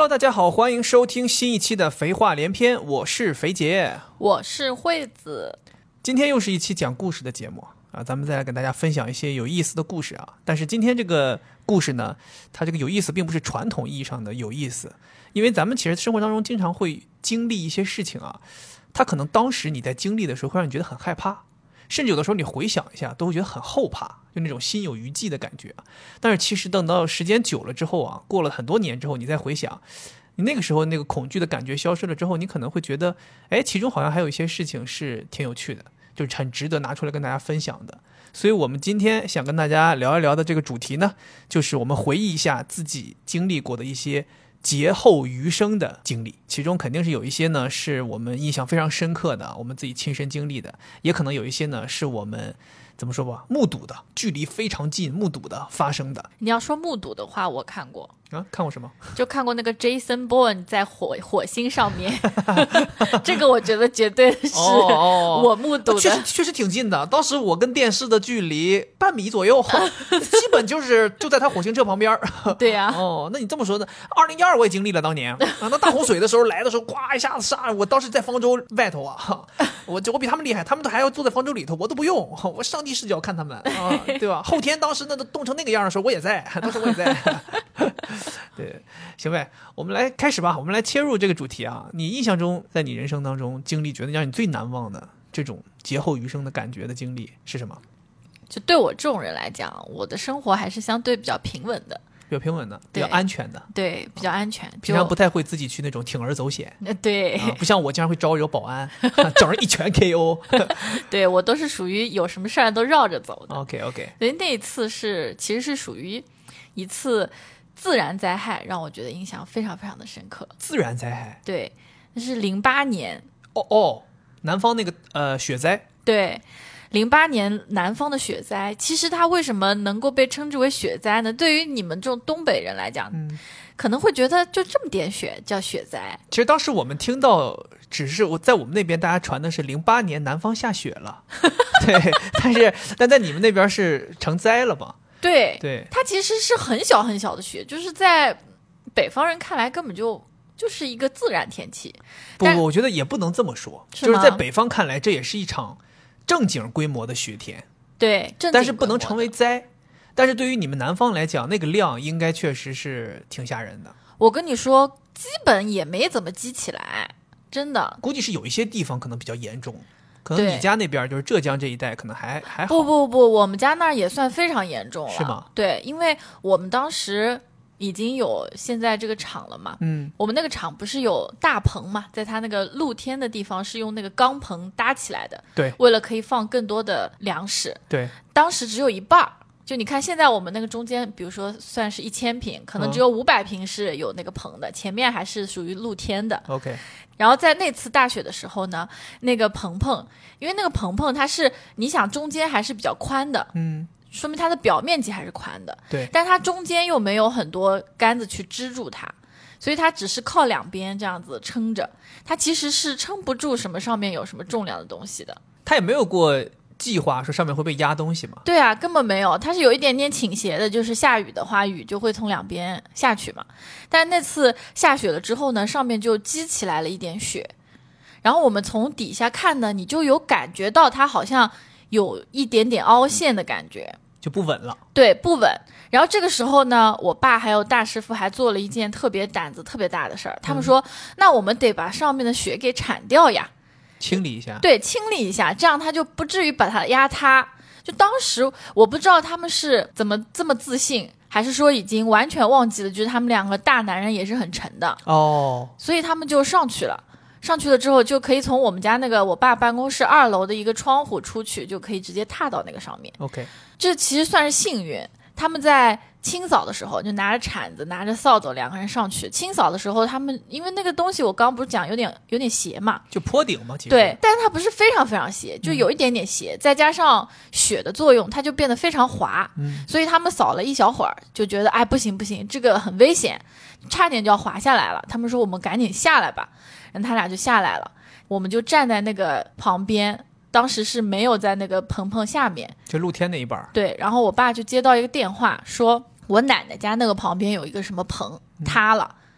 Hello， 大家好，欢迎收听新一期的肥话连篇，我是肥杰， 我是惠子。 今天又是一期讲故事的节目啊，咱们再来跟大家分享一些有意思的故事啊。但是今天这个故事呢，它这个有意思并不是传统意义上的有意思，因为咱们其实生活当中经常会经历一些事情啊，它可能当时你在经历的时候会让你觉得很害怕，甚至有的时候你回想一下都会觉得很后怕，就那种心有余悸的感觉。但是其实等到时间久了之后啊，过了很多年之后，你再回想，你那个时候那个恐惧的感觉消失了之后，你可能会觉得，哎，其中好像还有一些事情是挺有趣的，就是很值得拿出来跟大家分享的。所以我们今天想跟大家聊一聊的这个主题呢，就是我们回忆一下自己经历过的一些劫后余生的经历，其中肯定是有一些呢是我们印象非常深刻的，我们自己亲身经历的，也可能有一些呢是我们怎么说吧，目睹的，距离非常近，目睹的发生的。 你要说目睹的话，我看过啊，看过什么？ 就看过那个 Jason Bourne 在火星上面，这个我觉得绝对是我目睹的， 确实挺近的。当时我跟电视的距离半米左右，基本就在他火星车旁边。 对呀、 哦，那你这么说呢？2012我也经历了，当年啊，那大洪水的时候来的时候，咵一下子杀，我当时在方舟外头啊，我比他们厉害，他们都还要坐在方舟里头，我都不用，我上帝视角看他们啊，对吧？后天当时那都冻成那个样的时候，我也在，当时我也在。对，行呗，我们来开始吧，我们来切入这个主题啊。你印象中，在你人生当中经历觉得让你最难忘的这种劫后余生的感觉的经历是什么？ 就对我这种人来讲，我的生活还是相对比较平稳的， 比较平稳的，比较安全的， 对，比较安全。 平常不太会自己去那种铤而走险， 对、 不像我经常会招惹保安，整人一拳 KO。 对，我都是属于有什么事儿都绕着走的。 OK， 所以那一次其实是属于一次自然灾害，让我觉得印象非常非常的深刻。 自然灾害？ 对，那是08年。 南方那个雪灾。 对。08年南方的雪灾，其实它为什么能够被称之为雪灾呢？对于你们这种东北人来讲，可能会觉得就这么点雪叫雪灾。 其实当时我们听到，只是在我们那边大家传的是08年南方下雪了，对，但在你们那边是成灾了嘛？ 对， 它其实是很小很小的雪，就是在北方人看来根本就是一个自然天气。 不，我觉得也不能这么说，就是在北方看来，这也是一场正经规模的雪天， 对， 但是不能成为灾。但是对于你们南方来讲，那个量应该确实是挺吓人的。 我跟你说，基本也没怎么积起来，真的。 估计是有一些地方可能比较严重，可能你家那边就是浙江这一带可能还好。 不，我们家那儿也算非常严重了。 是吗？ 对，因为我们当时已经有现在这个厂了嘛，我们那个厂不是有大棚嘛，在它那个露天的地方是用那个钢棚搭起来的， 对， 为了可以放更多的粮食， 对， 当时只有一半，就你看现在我们那个中间，比如说算是1000平，可能只有500平是有那个棚的，前面还是属于露天的。 OK， 然后在那次大雪的时候呢，那个棚棚，因为那个棚棚它是你想中间还是比较宽的，说明它的表面积还是宽的， 对， 但它中间又没有很多杆子去支住它，所以它只是靠两边这样子撑着，它其实是撑不住什么上面有什么重量的东西的。 它也没有过计划说上面会被压东西嘛？ 对啊，根本没有，它是有一点点倾斜的，就是下雨的话，雨就会从两边下去嘛。但是那次下雪了之后呢，上面就积起来了一点雪，然后我们从底下看呢，你就有感觉到它好像有一点点凹陷的感觉。 就不稳了， 对，不稳。然后这个时候呢，我爸还有大师傅还做了一件胆子特别大的事儿，他们说，那我们得把上面的雪给铲掉呀， 清理一下。 对，清理一下，这样它就不至于把它压塌。就当时我不知道他们是怎么这么自信，还是说已经完全忘记了，就是他们两个大男人也是很沉的所以他们就上去了。上去了之后，就可以从我们家那个我爸办公室2楼的一个窗户出去，就可以直接踏到那个上面。 OK， 这其实算是幸运。他们在清扫的时候，就拿着铲子、拿着扫帚，两个人上去清扫的时候，他们因为那个东西我刚不是讲有点斜嘛， 就坡顶嘛，其实对，但是它不是非常非常斜，就有一点点斜，再加上雪的作用，它就变得非常滑。所以他们扫了一小会儿，就觉得哎不行，这个很危险，差点就要滑下来了。他们说我们赶紧下来吧，然后他俩就下来了，我们就站在那个旁边。当时是没有在那个棚棚下面， 就露天那一半。 对，然后我爸就接到一个电话，说我奶奶家那个旁边有一个什么棚塌了，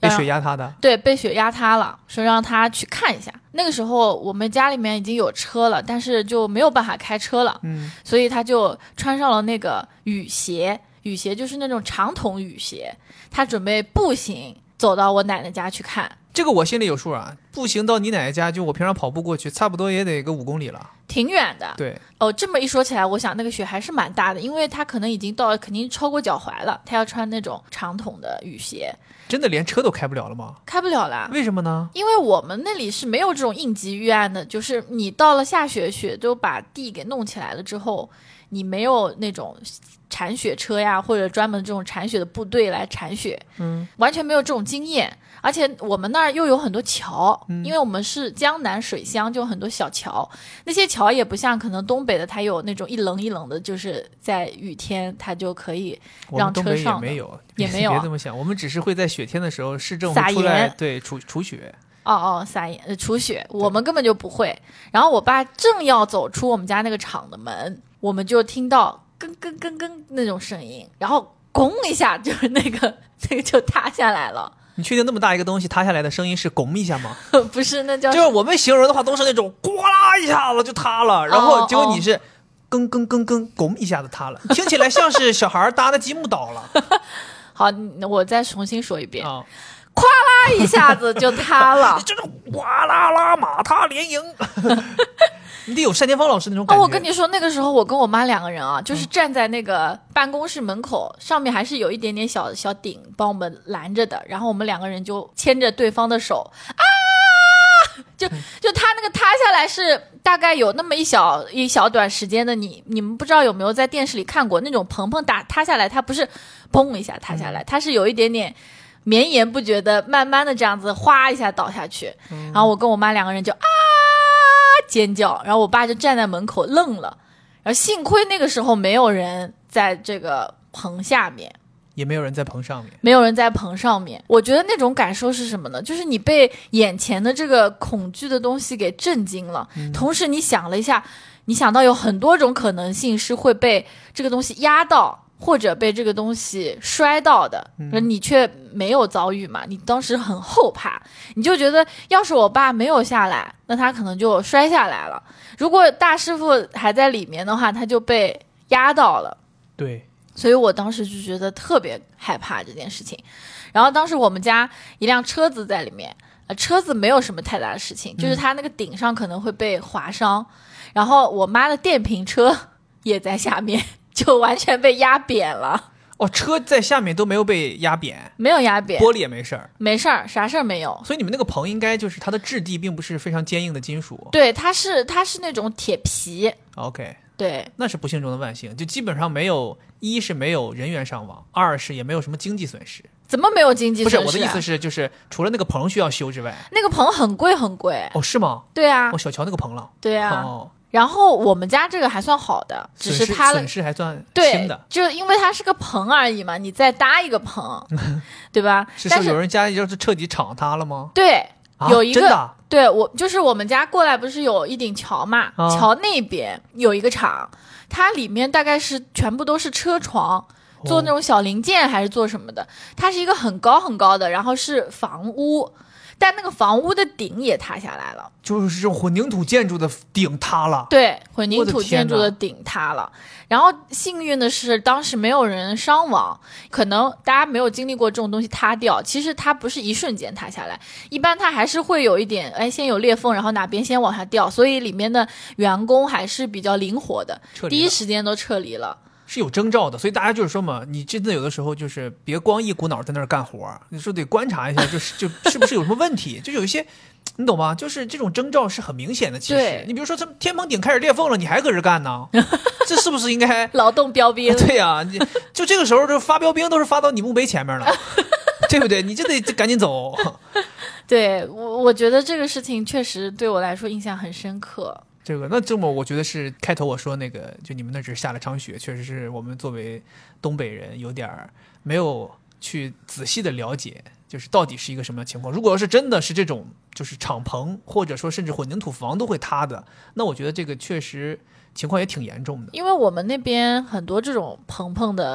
被雪压塌的。 对，被雪压塌了，说让他去看一下。那个时候我们家里面已经有车了，但是就没有办法开车了，所以他就穿上了那个雨鞋，雨鞋就是那种长筒雨鞋，他准备步行走到我奶奶家去看。 这个我心里有数啊，步行到你奶奶家，就我平常跑步过去，差不多也得个5公里了， 挺远的。 对， 哦，这么一说起来，我想那个雪还是蛮大的，因为他可能已经到，肯定超过脚踝了，他要穿那种长筒的雨鞋。 真的连车都开不了了吗？ 开不了啦。 为什么呢？ 因为我们那里是没有这种应急预案的，就是你到了下雪，雪都把地给弄起来了之后，你没有那种铲雪车呀，或者专门这种铲雪的部队来铲雪，完全没有这种经验。而且我们那儿又有很多桥，因为我们是江南水乡，就很多小桥，那些桥也不像可能东北的，它有那种一棱一棱的，就是在雨天它就可有让车上。 我们东北也没有， 也没有。 别这么想，我们只是会在雪天的时候，市政府撒出来盐， 对除雪。 撒盐除雪，我们根本就不会。然后我爸正要走出我们家那个厂的门，我们就听到咯咯咯咯那种声音，然后咣一下，就是那个就塌下来了。 你确定那么大一个东西塌下来的声音是拱一下吗？ 不是，那叫就是我们形容的话都是那种呱啦一下子就塌了，然后结果你是更拱一下子塌了，听起来像是小孩搭的积木倒了。 好，我再重新说一遍。咵啦一下子就塌了， 这种哗啦啦马踏连营。你得有单田芳老师那种感觉。 我跟你说，那个时候我跟我妈2个人啊，就是站在那个办公室门口，上面还是有一点点小顶帮我们拦着的，然后我们2个人就牵着对方的手啊，就他那个塌下来是大概有那么一小短时间的，你们不知道有没有在电视里看过那种棚塌下来，它不是砰一下塌下来，它是有一点点绵延不绝的，慢慢的这样子哗一下倒下去，然后我跟我妈2个人就尖叫，然后我爸就站在门口愣了，然后幸亏那个时候没有人在这个棚下面， 也没有人在棚上面， 没有人在棚上面。我觉得那种感受是什么呢？就是你被眼前的这个恐惧的东西给震惊了，同时你想了一下，你想到有很多种可能性是会被这个东西压到，或者被这个东西摔到的，你却没有遭遇嘛，你当时很后怕，你就觉得要是我爸没有下来，那他可能就摔下来了，如果大师傅还在里面的话，他就被压到了。 对， 所以我当时就觉得特别害怕这件事情。然后当时我们家一辆车子在里面，车子没有什么太大的事情，就是它那个顶上可能会被划伤，然后我妈的电瓶车也在下面，就完全被压扁了。 车在下面都没有被压扁， 没有压扁， 玻璃也没事儿， 没事儿，啥事儿没有。 所以你们那个棚应该就是它的质地并不是非常坚硬的金属。 对，它是那种铁皮。 OK， 对， 那是不幸中的万幸，就基本上没有，一是没有人员伤亡，二是也没有什么经济损失。 怎么没有经济损失？ 不是，我的意思是，就是除了那个棚需要修之外， 那个棚很贵很贵。 是吗？ 对啊， 小瞧那个棚了。 对啊。然后我们家这个还算好的，只是它损失还算轻的， 对，就因为它是个棚而已嘛，你再搭一个棚，对吧？ 是说有人家就是彻底敞塌了吗？ 对，有一个真的， 对，就是我们家过来不是有一顶桥嘛，桥那边有一个厂，它里面大概是全部都是车床。做那种小零件还是做什么的，它是一个很高很高的，然后是房屋，但那个房屋的顶也塌下来了， 就是这种混凝土建筑的顶塌了。 对，混凝土建筑的顶塌了。然后幸运的是当时没有人伤亡，可能大家没有经历过这种东西塌掉，其实它不是一瞬间塌下来，一般它还是会有一点先有裂缝，然后哪边先往下掉，所以里面的员工还是比较灵活的，第一时间都撤离了。 是有征兆的，所以大家就是说嘛，你真的有的时候就是别光一股脑在那儿干活，你说得观察一下，就是不是有什么问题，就有一些，你懂吗？就是这种征兆是很明显的。其实你比如说，这天棚顶开始裂缝了，你还搁这干呢，这是不是应该劳动标兵？ 对呀，就这个时候就发标兵都是发到你墓碑前面了，对不对？你就得赶紧走。 对，我觉得这个事情确实对我来说印象很深刻。 那这么我觉得是开头我说那个，就你们那只下了场雪，确实是我们作为东北人有点没有去仔细的了解，就是到底是一个什么样的情况。如果要是真的是这种就是敞棚或者说甚至混凝土房都会塌的，那我觉得这个确实情况也挺严重的。 因为我们那边很多这种棚的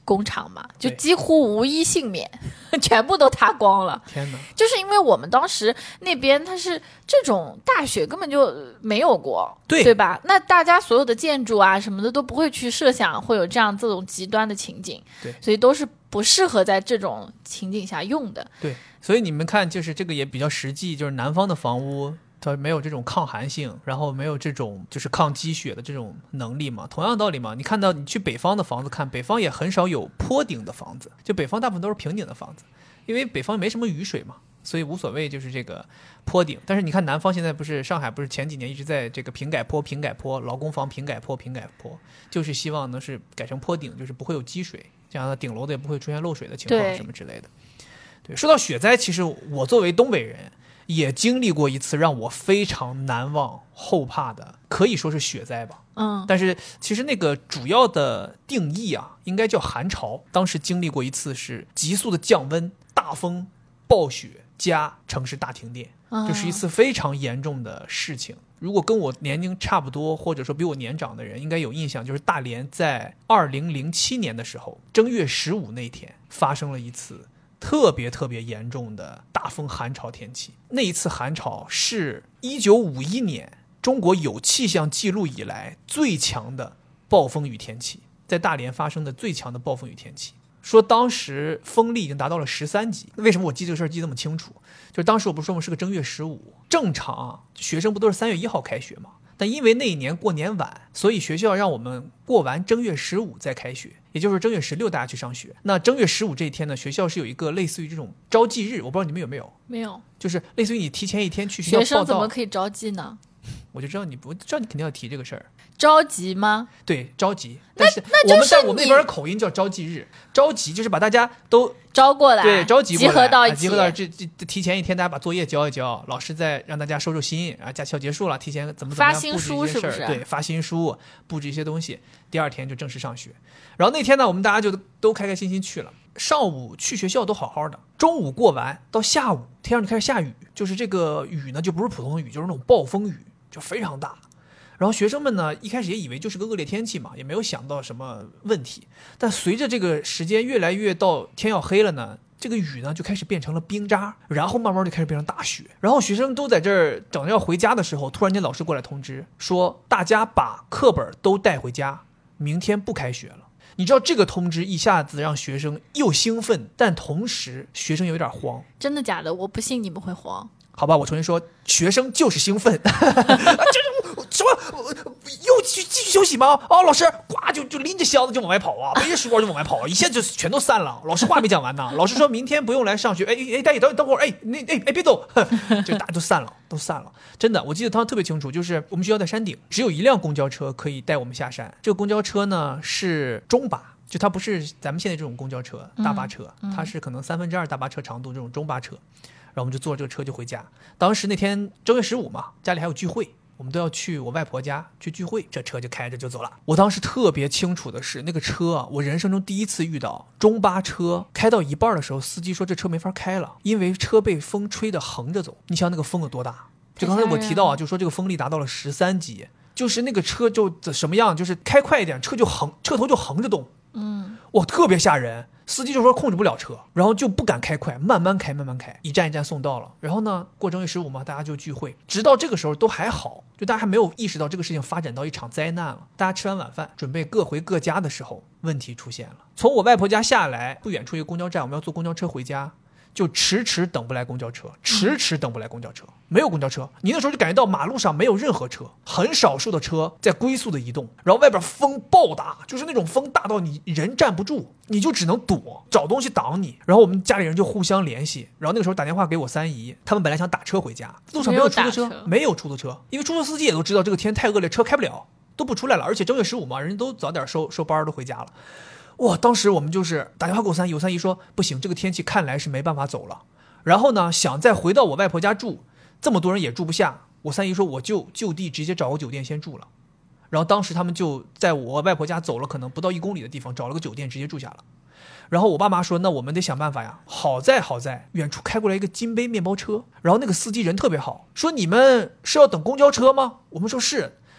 工厂嘛，就几乎无一幸免，全部都塌光了。 天哪！ 就是因为我们当时那边它是这种大雪根本就没有过，对吧？那大家所有的建筑啊什么的都不会去设想会有这种极端的情景， 对， 所以都是不适合在这种情景下用的。 对，所以你们看，就是这个也比较实际，就是南方的房屋它没有这种抗寒性，然后没有这种就是抗积雪的这种能力嘛。同样道理嘛，你看到你去北方的房子看，北方也很少有坡顶的房子，就北方大部分都是平顶的房子，因为北方没什么雨水嘛，所以无所谓就是这个坡顶。但是你看南方现在不是上海不是前几年一直在这个平改坡、劳工房平改坡，就是希望能是改成坡顶，就是不会有积水，这样的顶楼的也不会出现漏水的情况什么之类的。对，说到雪灾，其实我作为东北人也经历过一次让我非常难忘后怕的，可以说是雪灾吧。但是其实那个主要的定义啊，应该叫寒潮。当时经历过一次是急速的降温、大风、暴雪加城市大停电，这是一次非常严重的事情。如果跟我年龄差不多，或者说比我年长的人应该有印象，就是大连在2007年的时候，正月15那天发生了一次特别严重的大风寒潮天气。那一次寒潮是1951年中国有气象记录以来最强的暴风雨天气，在大连发生的最强的暴风雨天气。说当时风力已经达到了13级。为什么我记这个事儿记得那么清楚？就是当时我不是说我们是个正月15，正常学生不都是3月1号开学吗？但因为那一年过年晚，所以学校让我们过完正月15再开学，也就是正月16大家去上学。那正月15这一天呢，学校是有一个类似于这种招祭日，我不知道你们有没有？ 没有， 就是类似于你提前一天去学校报到。 学生怎么可以招祭呢？ 我就知道你肯定要提这个事儿。 着急吗？ 对，着急。但是我们那边的口音叫招祭日，着急就是把大家都招过来， 对，着急过来， 集合到一起， 集合到这提前一天，大家把作业交一交，老师再让大家收心，然后假期要结束了，提前怎么样布置一些事儿， 是不是？ 对，发新书，布置一些东西，第二天就正式上学。然后那天呢，我们大家就都开开心心去了。上午去学校都好好的，中午过完到下午天上就开始下雨，就是这个雨呢就不是普通的雨，就是那种暴风雨，就非常大。然后学生们呢一开始也以为就是个恶劣天气嘛，也没有想到什么问题。但随着这个时间越来越到天要黑了呢，这个雨呢就开始变成了冰渣，然后慢慢就开始变成大雪。然后学生都在这儿等着要回家的时候，突然间老师过来通知说，大家把课本都带回家，明天不开学了。你知道这个通知一下子让学生又兴奋，但同时学生有点慌。 真的假的？我不信你们会慌。 好吧，我重新说，学生就是兴奋。什么又继续休息吗？老师呱就拎着箱子就往外跑啊，背着书包就往外跑，一下就全都散了。老师话没讲完呢，老师说明天不用来上学。大爷等会儿，别走，就大家都散了。真的，我记得当时特别清楚，就是我们学校在山顶，只有一辆公交车可以带我们下山。这个公交车呢是中巴，就它不是咱们现在这种公交车大巴车，它是可能2/3大巴车长度这种中巴车。然后我们就坐这个车就回家。当时那天正月15嘛，家里还有聚会，我们都要去我外婆家去聚会，这车就开着就走了。我当时特别清楚的是，那个车啊，我人生中第一次遇到中巴车开到一半的时候，司机说这车没法开了，因为车被风吹得横着走。你想那个风有多大？就刚才我提到啊，就说这个风力达到了13级，就是那个车就什么样，就是开快一点，车头就横着动。哇，特别吓人。司机就说控制不了车，然后就不敢开快，慢慢开，一站一站送到了。然后呢，过正月15嘛，大家就聚会，直到这个时候都还好，就大家还没有意识到这个事情发展到一场灾难了。大家吃完晚饭准备各回各家的时候，问题出现了。从我外婆家下来，不远处一个公交站，我们要坐公交车回家，就迟迟等不来公交车，没有公交车。你那时候就感觉到马路上没有任何车，很少数的车在龟速的移动，然后外边风暴大，就是那种风大到你人站不住，你就只能躲，找东西挡你。然后我们家里人就互相联系，然后那个时候打电话给我三姨，他们本来想打车回家，路上没有出租车，没有出租车，因为出租司机也都知道这个天太恶劣，车开不了，都不出来了。而且正月15嘛，人家都早点收班都回家了。哇，当时我们就是打电话给我三姨，我三姨说不行，这个天气看来是没办法走了。然后呢，想再回到我外婆家住，这么多人也住不下。我三姨说我就地直接找个酒店先住了。然后当时他们就在我外婆家走了可能不到1公里的地方找了个酒店直接住下了。然后我爸妈说那我们得想办法呀。好在远处开过来一个金杯面包车，然后那个司机人特别好，说你们是要等公交车吗？我们说是。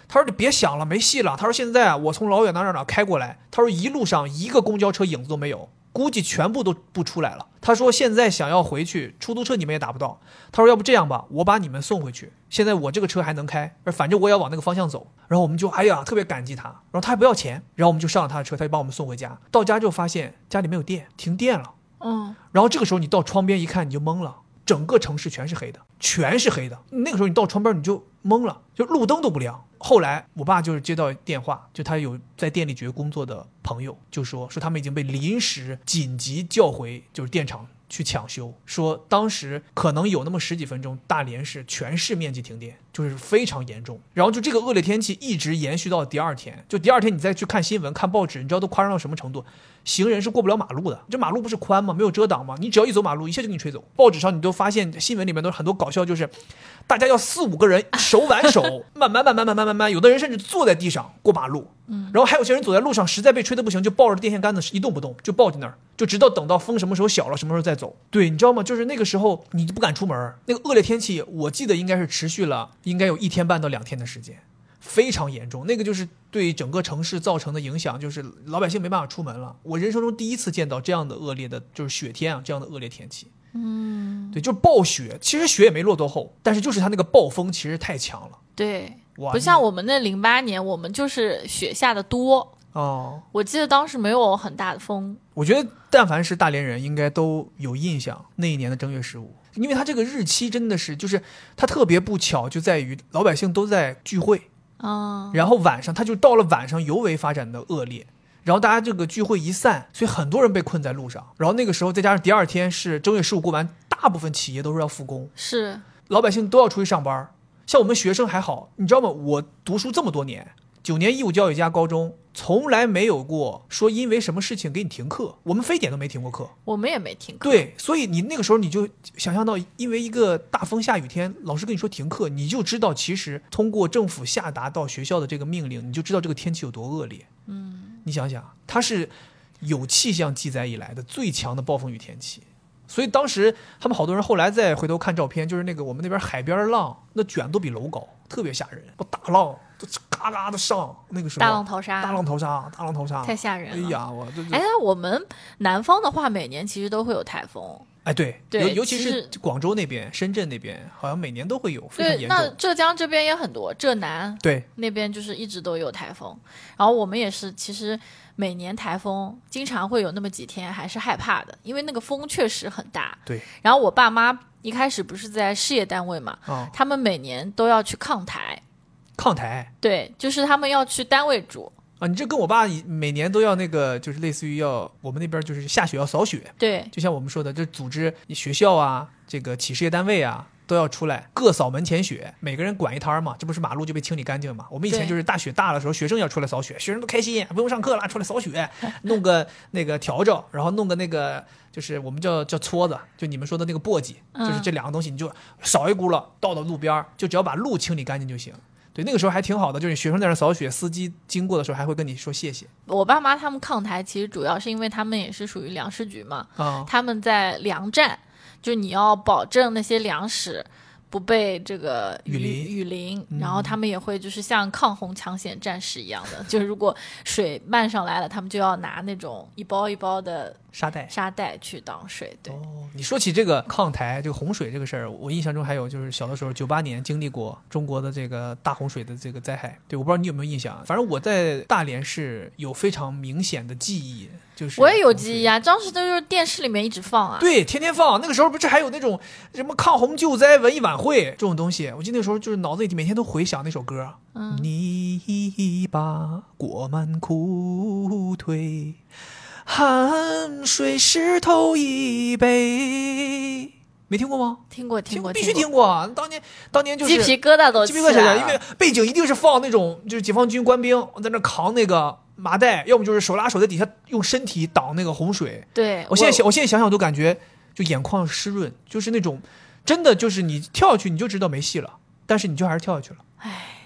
他说你别想了，没戏了。他说现在我从老远哪开过来，他说一路上一个公交车影子都没有，估计全部都不出来了。他说现在想要回去，出租车你们也打不到。他说要不这样吧，我把你们送回去，现在我这个车还能开，反正我也要往那个方向走。然后我们就特别感激他，然后他还不要钱，然后我们就上了他的车，他就把我们送回家。到家之后发现家里没有电，停电了。然后这个时候你到窗边一看，你就懵了，整个城市全是黑的，全是黑的。那个时候你到窗边你就懵了，就路灯都不亮。后来我爸就是接到电话，就他有在电力局工作的朋友就说他们已经被临时紧急叫回就是电厂去抢修，说当时可能有那么10几分钟大连市全市面积停电，就是非常严重。然后就这个恶劣天气一直延续到第二天，就第二天你再去看新闻看报纸，你知道都夸张到什么程度？行人是过不了马路的，这马路不是宽吗？没有遮挡吗？你只要一走马路，一下就给你吹走。报纸上你都发现，新闻里面都是很多搞笑，就是大家要4、5个人手挽手，慢慢，有的人甚至坐在地上过马路。然后还有些人走在路上，实在被吹得不行，就抱着电线杆子一动不动，就抱在那儿，就直到等到风什么时候小了，什么时候再走。对，你知道吗？就是那个时候你不敢出门，那个恶劣天气，我记得应该是持续了，应该有1天半到2天的时间。非常严重，那个就是对整个城市造成的影响，就是老百姓没办法出门了。我人生中第一次见到这样的恶劣的，就是雪天啊，这样的恶劣天气。对，就是暴雪，其实雪也没落多厚，但是就是它那个暴风其实太强了。 对，不像我们那08年，我们就是雪下的多。我记得当时没有很大的风。 我觉得但凡是大连人应该都有印象那一年的正月15，因为它这个日期真的是就是它特别不巧，就在于老百姓都在聚会。然后晚上他就到了晚上尤为发展的恶劣，然后大家这个聚会一散，所以很多人被困在路上。然后那个时候再加上第二天是正月15过完，大部分企业都是要复工， 是老百姓都要出去上班。像我们学生还好，你知道吗？我读书这么多年，9年义务教育加高中，从来没有过说因为什么事情给你停课，我们非典都没停过课， 我们也没停课。 对，所以你那个时候你就想象到，因为一个大风下雨天，老师跟你说停课，你就知道其实通过政府下达到学校的这个命令，你就知道这个天气有多恶劣。你想想，它是有气象记载以来的最强的暴风雨天气。所以当时他们好多人后来再回头看照片，就是那个我们那边海边浪，那卷都比楼高，特别吓人，大浪都嘎嘎的上，那个时候大浪淘沙，太吓人了。 哎呀， 我们南方的话，每年其实都会有台风。 对，尤其是广州那边、深圳那边，好像每年都会有，非常严重。 那浙江这边也很多，浙南对那边就是一直都有台风。然后我们也是，其实每年台风经常会有那么几天还是害怕的，因为那个风确实很大。 对。 然后我爸妈一开始不是在事业单位嘛，他们每年都要去抗台。 抗台？对， 就是他们要去单位住。 你这跟我爸每年都要那个，就是类似于我们那边就是下雪要扫雪。 对， 就像我们说的，就组织学校啊，这个企事业单位啊，都要出来各扫门前雪，每个人管一摊嘛，这不是马路就被清理干净嘛？我们以前就是大雪大的时候，学生要出来扫雪，学生都开心，不用上课了，出来扫雪，弄个那个笤帚，然后弄个那个就是我们叫撮子，就你们说的那个簸箕，就是这2个东西，你就扫一轱辘倒到路边，就只要把路清理干净就行。对，那个时候还挺好的，就是学生在那扫雪，司机经过的时候还会跟你说谢谢。 我爸妈他们抗台其实主要是因为他们也是属于粮食局嘛，他们在粮站，就你要保证那些粮食不被这个雨淋，然后他们也会就是像抗洪抢险战士一样的，就是如果水漫上来了，他们就要拿那种一包一包的沙袋去挡水。对， 你说起这个抗台这个洪水这个事儿，我印象中还有就是小的时候98年经历过中国的这个大洪水的这个灾害。对，我不知道你有没有印象，反正我在大连市有非常明显的记忆，就是我也有记忆啊，当时都是电视里面一直放啊。 对，天天放。那个时候不是还有那种什么抗洪救灾文艺晚会这种东西，我记得那时候就是脑子里每天都回想那首歌。你把裹满裤腿，汗水湿透衣背，没听过吗？ 听过， 必须听过。当年就是鸡皮疙瘩都起来了， 因为背景一定是放那种就是解放军官兵在那扛那个麻袋，要么就是手拉手在底下用身体挡那个洪水。 对， 我现在想想都感觉就眼眶湿润，就是那种真的就是你跳下去你就知道没戏了，但是你就还是跳下去了。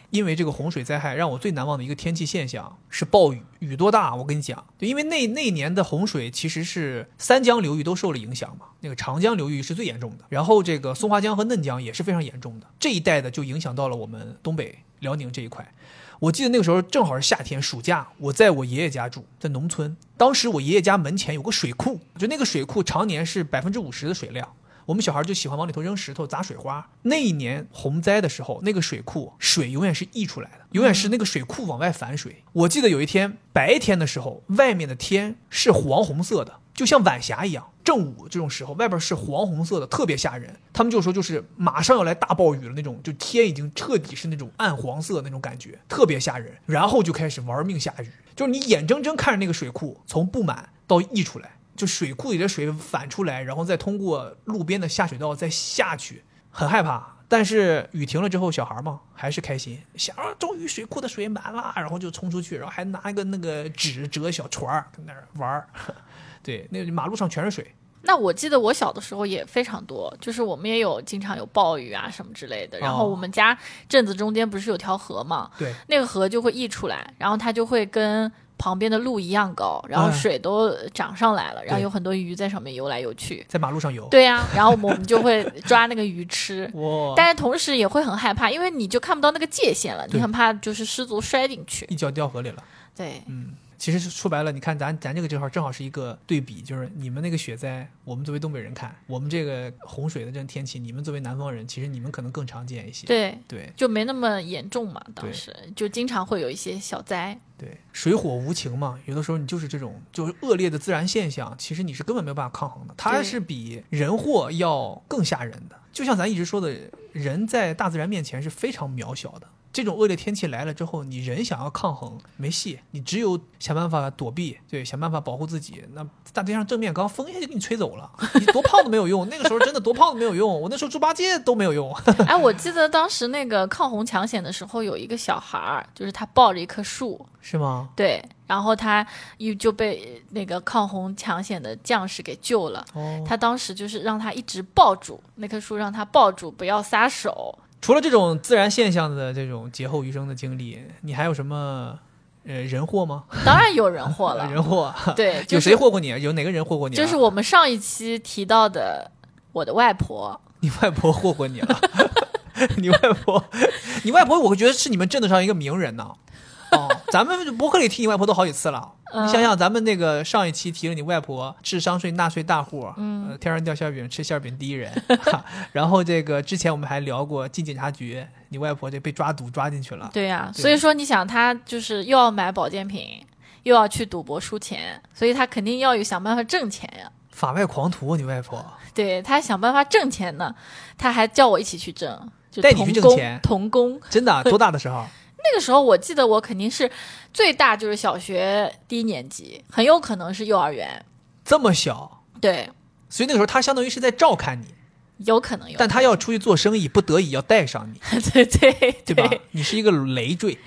因为这个洪水灾害，让我最难忘的一个天气现象是暴雨，雨多大？我跟你讲，对，因为那年的洪水其实是三江流域都受了影响嘛，那个长江流域是最严重的，然后这个松花江和嫩江也是非常严重的，这一带的就影响到了我们东北辽宁这一块。我记得那个时候正好是夏天，暑假，我在我爷爷家住，在农村。当时我爷爷家门前有个水库，就那个水库常年是50%的水量，我们小孩就喜欢往里头扔石头砸水花。那一年洪灾的时候，那个水库水永远是溢出来的，永远是那个水库往外反水。我记得有一天白天的时候，外面的天是黄红色的，就像晚霞一样，正午这种时候外边是黄红色的，特别吓人。他们就说就是马上要来大暴雨了那种，就天已经彻底是那种暗黄色那种感觉，特别吓人。然后就开始玩命下雨，就是你眼睁睁看着那个水库从不满到溢出来，就水库里的水反出来，然后再通过路边的下水道再下去，很害怕。但是雨停了之后，小孩嘛还是开心，想终于水库的水满了，然后就冲出去，然后还拿一个那个纸折小船跟那儿玩。对，那马路上全是水。 那我记得我小的时候也非常多，就是我们也有经常有暴雨啊什么之类的，然后我们家镇子中间不是有条河嘛， 对， 那个河就会溢出来，然后它就会跟旁边的路一样高，然后水都涨上来了，然后有很多鱼在上面游来游去， 在马路上游。 对呀，然后我们就会抓那个鱼吃哇！ 但是同时也会很害怕，因为你就看不到那个界限了，你很怕就是失足摔进去， 一脚掉河里了。 对， 其实说白了，你看咱这个正好是一个对比，就是你们那个雪灾，我们作为东北人看，我们这个洪水的这种天气，你们作为南方人，其实你们可能更常见一些。 对，就没那么严重嘛，当时就经常会有一些小灾。 对，水火无情嘛，有的时候你就是这种就是恶劣的自然现象，其实你是根本没有办法抗衡的，它是比人祸要更吓人的。就像咱一直说的，人在大自然面前是非常渺小的。这种恶劣天气来了之后，你人想要抗衡没戏，你只有想办法躲避，对，想办法保护自己。那大街上正面刚风一下就给你吹走了，你多胖都没有用。那个时候真的多胖都没有用，我那时候猪八戒都没有用。 哎，我记得当时那个抗洪抢险的时候，有一个小孩，就是他抱着一棵树， 是吗？ 对，然后他就被那个抗洪抢险的将士给救了。他当时就是让他一直抱住那棵树，让他抱住，不要撒手。 除了这种自然现象的这种劫后余生的经历，你还有什么人祸吗？ 当然有人祸了。 人祸， 对， 有谁祸过你？有哪个人祸过你？ 就是我们上一期提到的我的外婆。 你外婆祸过你了？你外婆，我觉得是你们镇子上一个名人呢。咱们博客里提你外婆都好几次了。你想想，咱们那个上一期提了你外婆智商税纳税大户，天上掉馅饼吃馅饼第一人。然后这个之前我们还聊过进警察局，你外婆这被抓赌抓进去了。 对呀，所以说你想，她就是又要买保健品，又要去赌博输钱，所以她肯定要想办法挣钱呀。 法外狂徒，你外婆。 对，她想办法挣钱呢，她还叫我一起去挣，就带你去挣钱， 童工。 真的？多大的时候？ 那个时候我记得我肯定是最大就是小学低年级，很有可能是幼儿园。 这么小？ 对， 所以那个时候他相当于是在照看你， 有可能， 但他要出去做生意，不得已要带上你。对吧？你是一个累赘。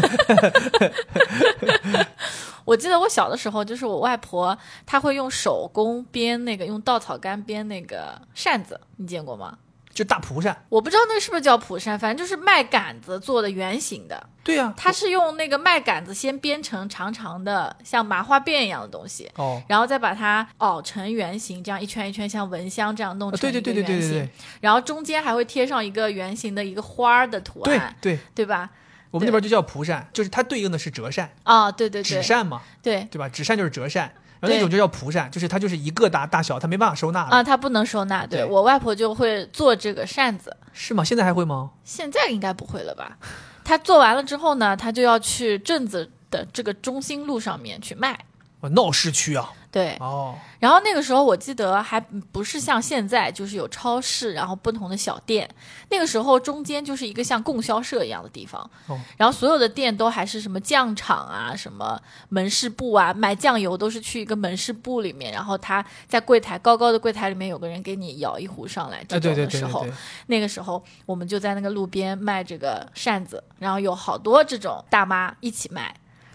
我记得我小的时候，就是我外婆她会用手工编那个，用稻草杆编那个扇子，你见过吗？ 就大蒲扇， 我不知道那是不是叫蒲扇，反正就是麦秆子做的圆形的。 对呀， 它是用那个麦秆子先编成长长的像麻花辫一样的东西，然后再把它熬成圆形，这样一圈一圈像蚊香这样弄成一个圆形， 对， 然后中间还会贴上一个圆形的一个花的图案，对吧？ 我们那边就叫蒲扇，就是它对应的是折扇啊，对， 纸扇嘛，对吧？纸扇就是折扇。然后那种就叫蒲扇，就是它就是一个大小，它没办法收纳啊，它不能收纳。对，我外婆就会做这个扇子。 是吗？现在还会吗？ 现在应该不会了吧？她做完了之后呢，她就要去镇子的这个中心路上面去卖。 闹市区啊。 对，然后那个时候我记得还不是像现在就是有超市，然后不同的小店，那个时候中间就是一个像供销社一样的地方，然后所有的店都还是什么酱厂啊，什么门市部啊，买酱油都是去一个门市部里面，然后他在柜台高高的柜台里面有个人给你舀一壶上来，这种的时候，那个时候我们就在那个路边卖这个扇子，然后有好多这种大妈一起卖。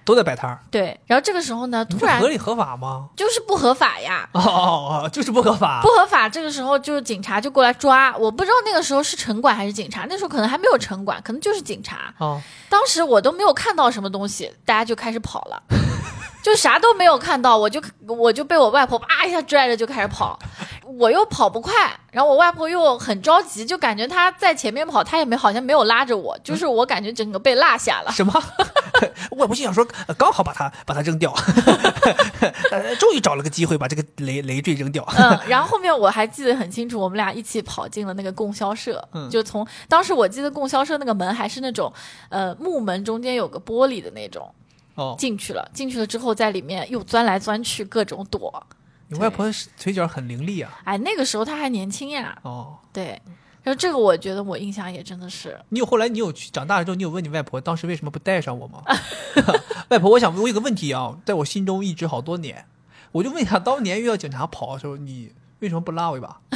都在摆摊儿。 对，然后这个时候呢，突然合理合法吗？ 就是不合法呀。 就是不合法。 不合法，这个时候就警察就过来抓。我不知道那个时候是城管还是警察，那时候可能还没有城管，可能就是警察。当时我都没有看到什么东西，大家就开始跑了。就啥都没有看到，我就被我外婆啪一下拽着就开始跑，我又跑不快，然后我外婆又很着急，就感觉她在前面跑，她也好像没有拉着我，就是我感觉整个被落下了。 什么？外婆心想说，刚好把它扔掉，终于找了个机会把这个累赘扔掉。 然后后面我还记得很清楚，我们俩一起跑进了那个供销社，就从当时我记得供销社那个门还是那种木门，中间有个玻璃的那种。进去了之后，在里面又钻来钻去，各种躲。 你外婆腿脚很伶俐啊！ 哎，那个时候她还年轻呀。对，然后这个我觉得我印象也真的是。 后来你有长大了之后，你有问你外婆当时为什么不带上我吗？外婆，我想问我有个问题啊，在我心中一直好多年，我就问一下，当年遇到警察跑的时候，你为什么不拉我一把？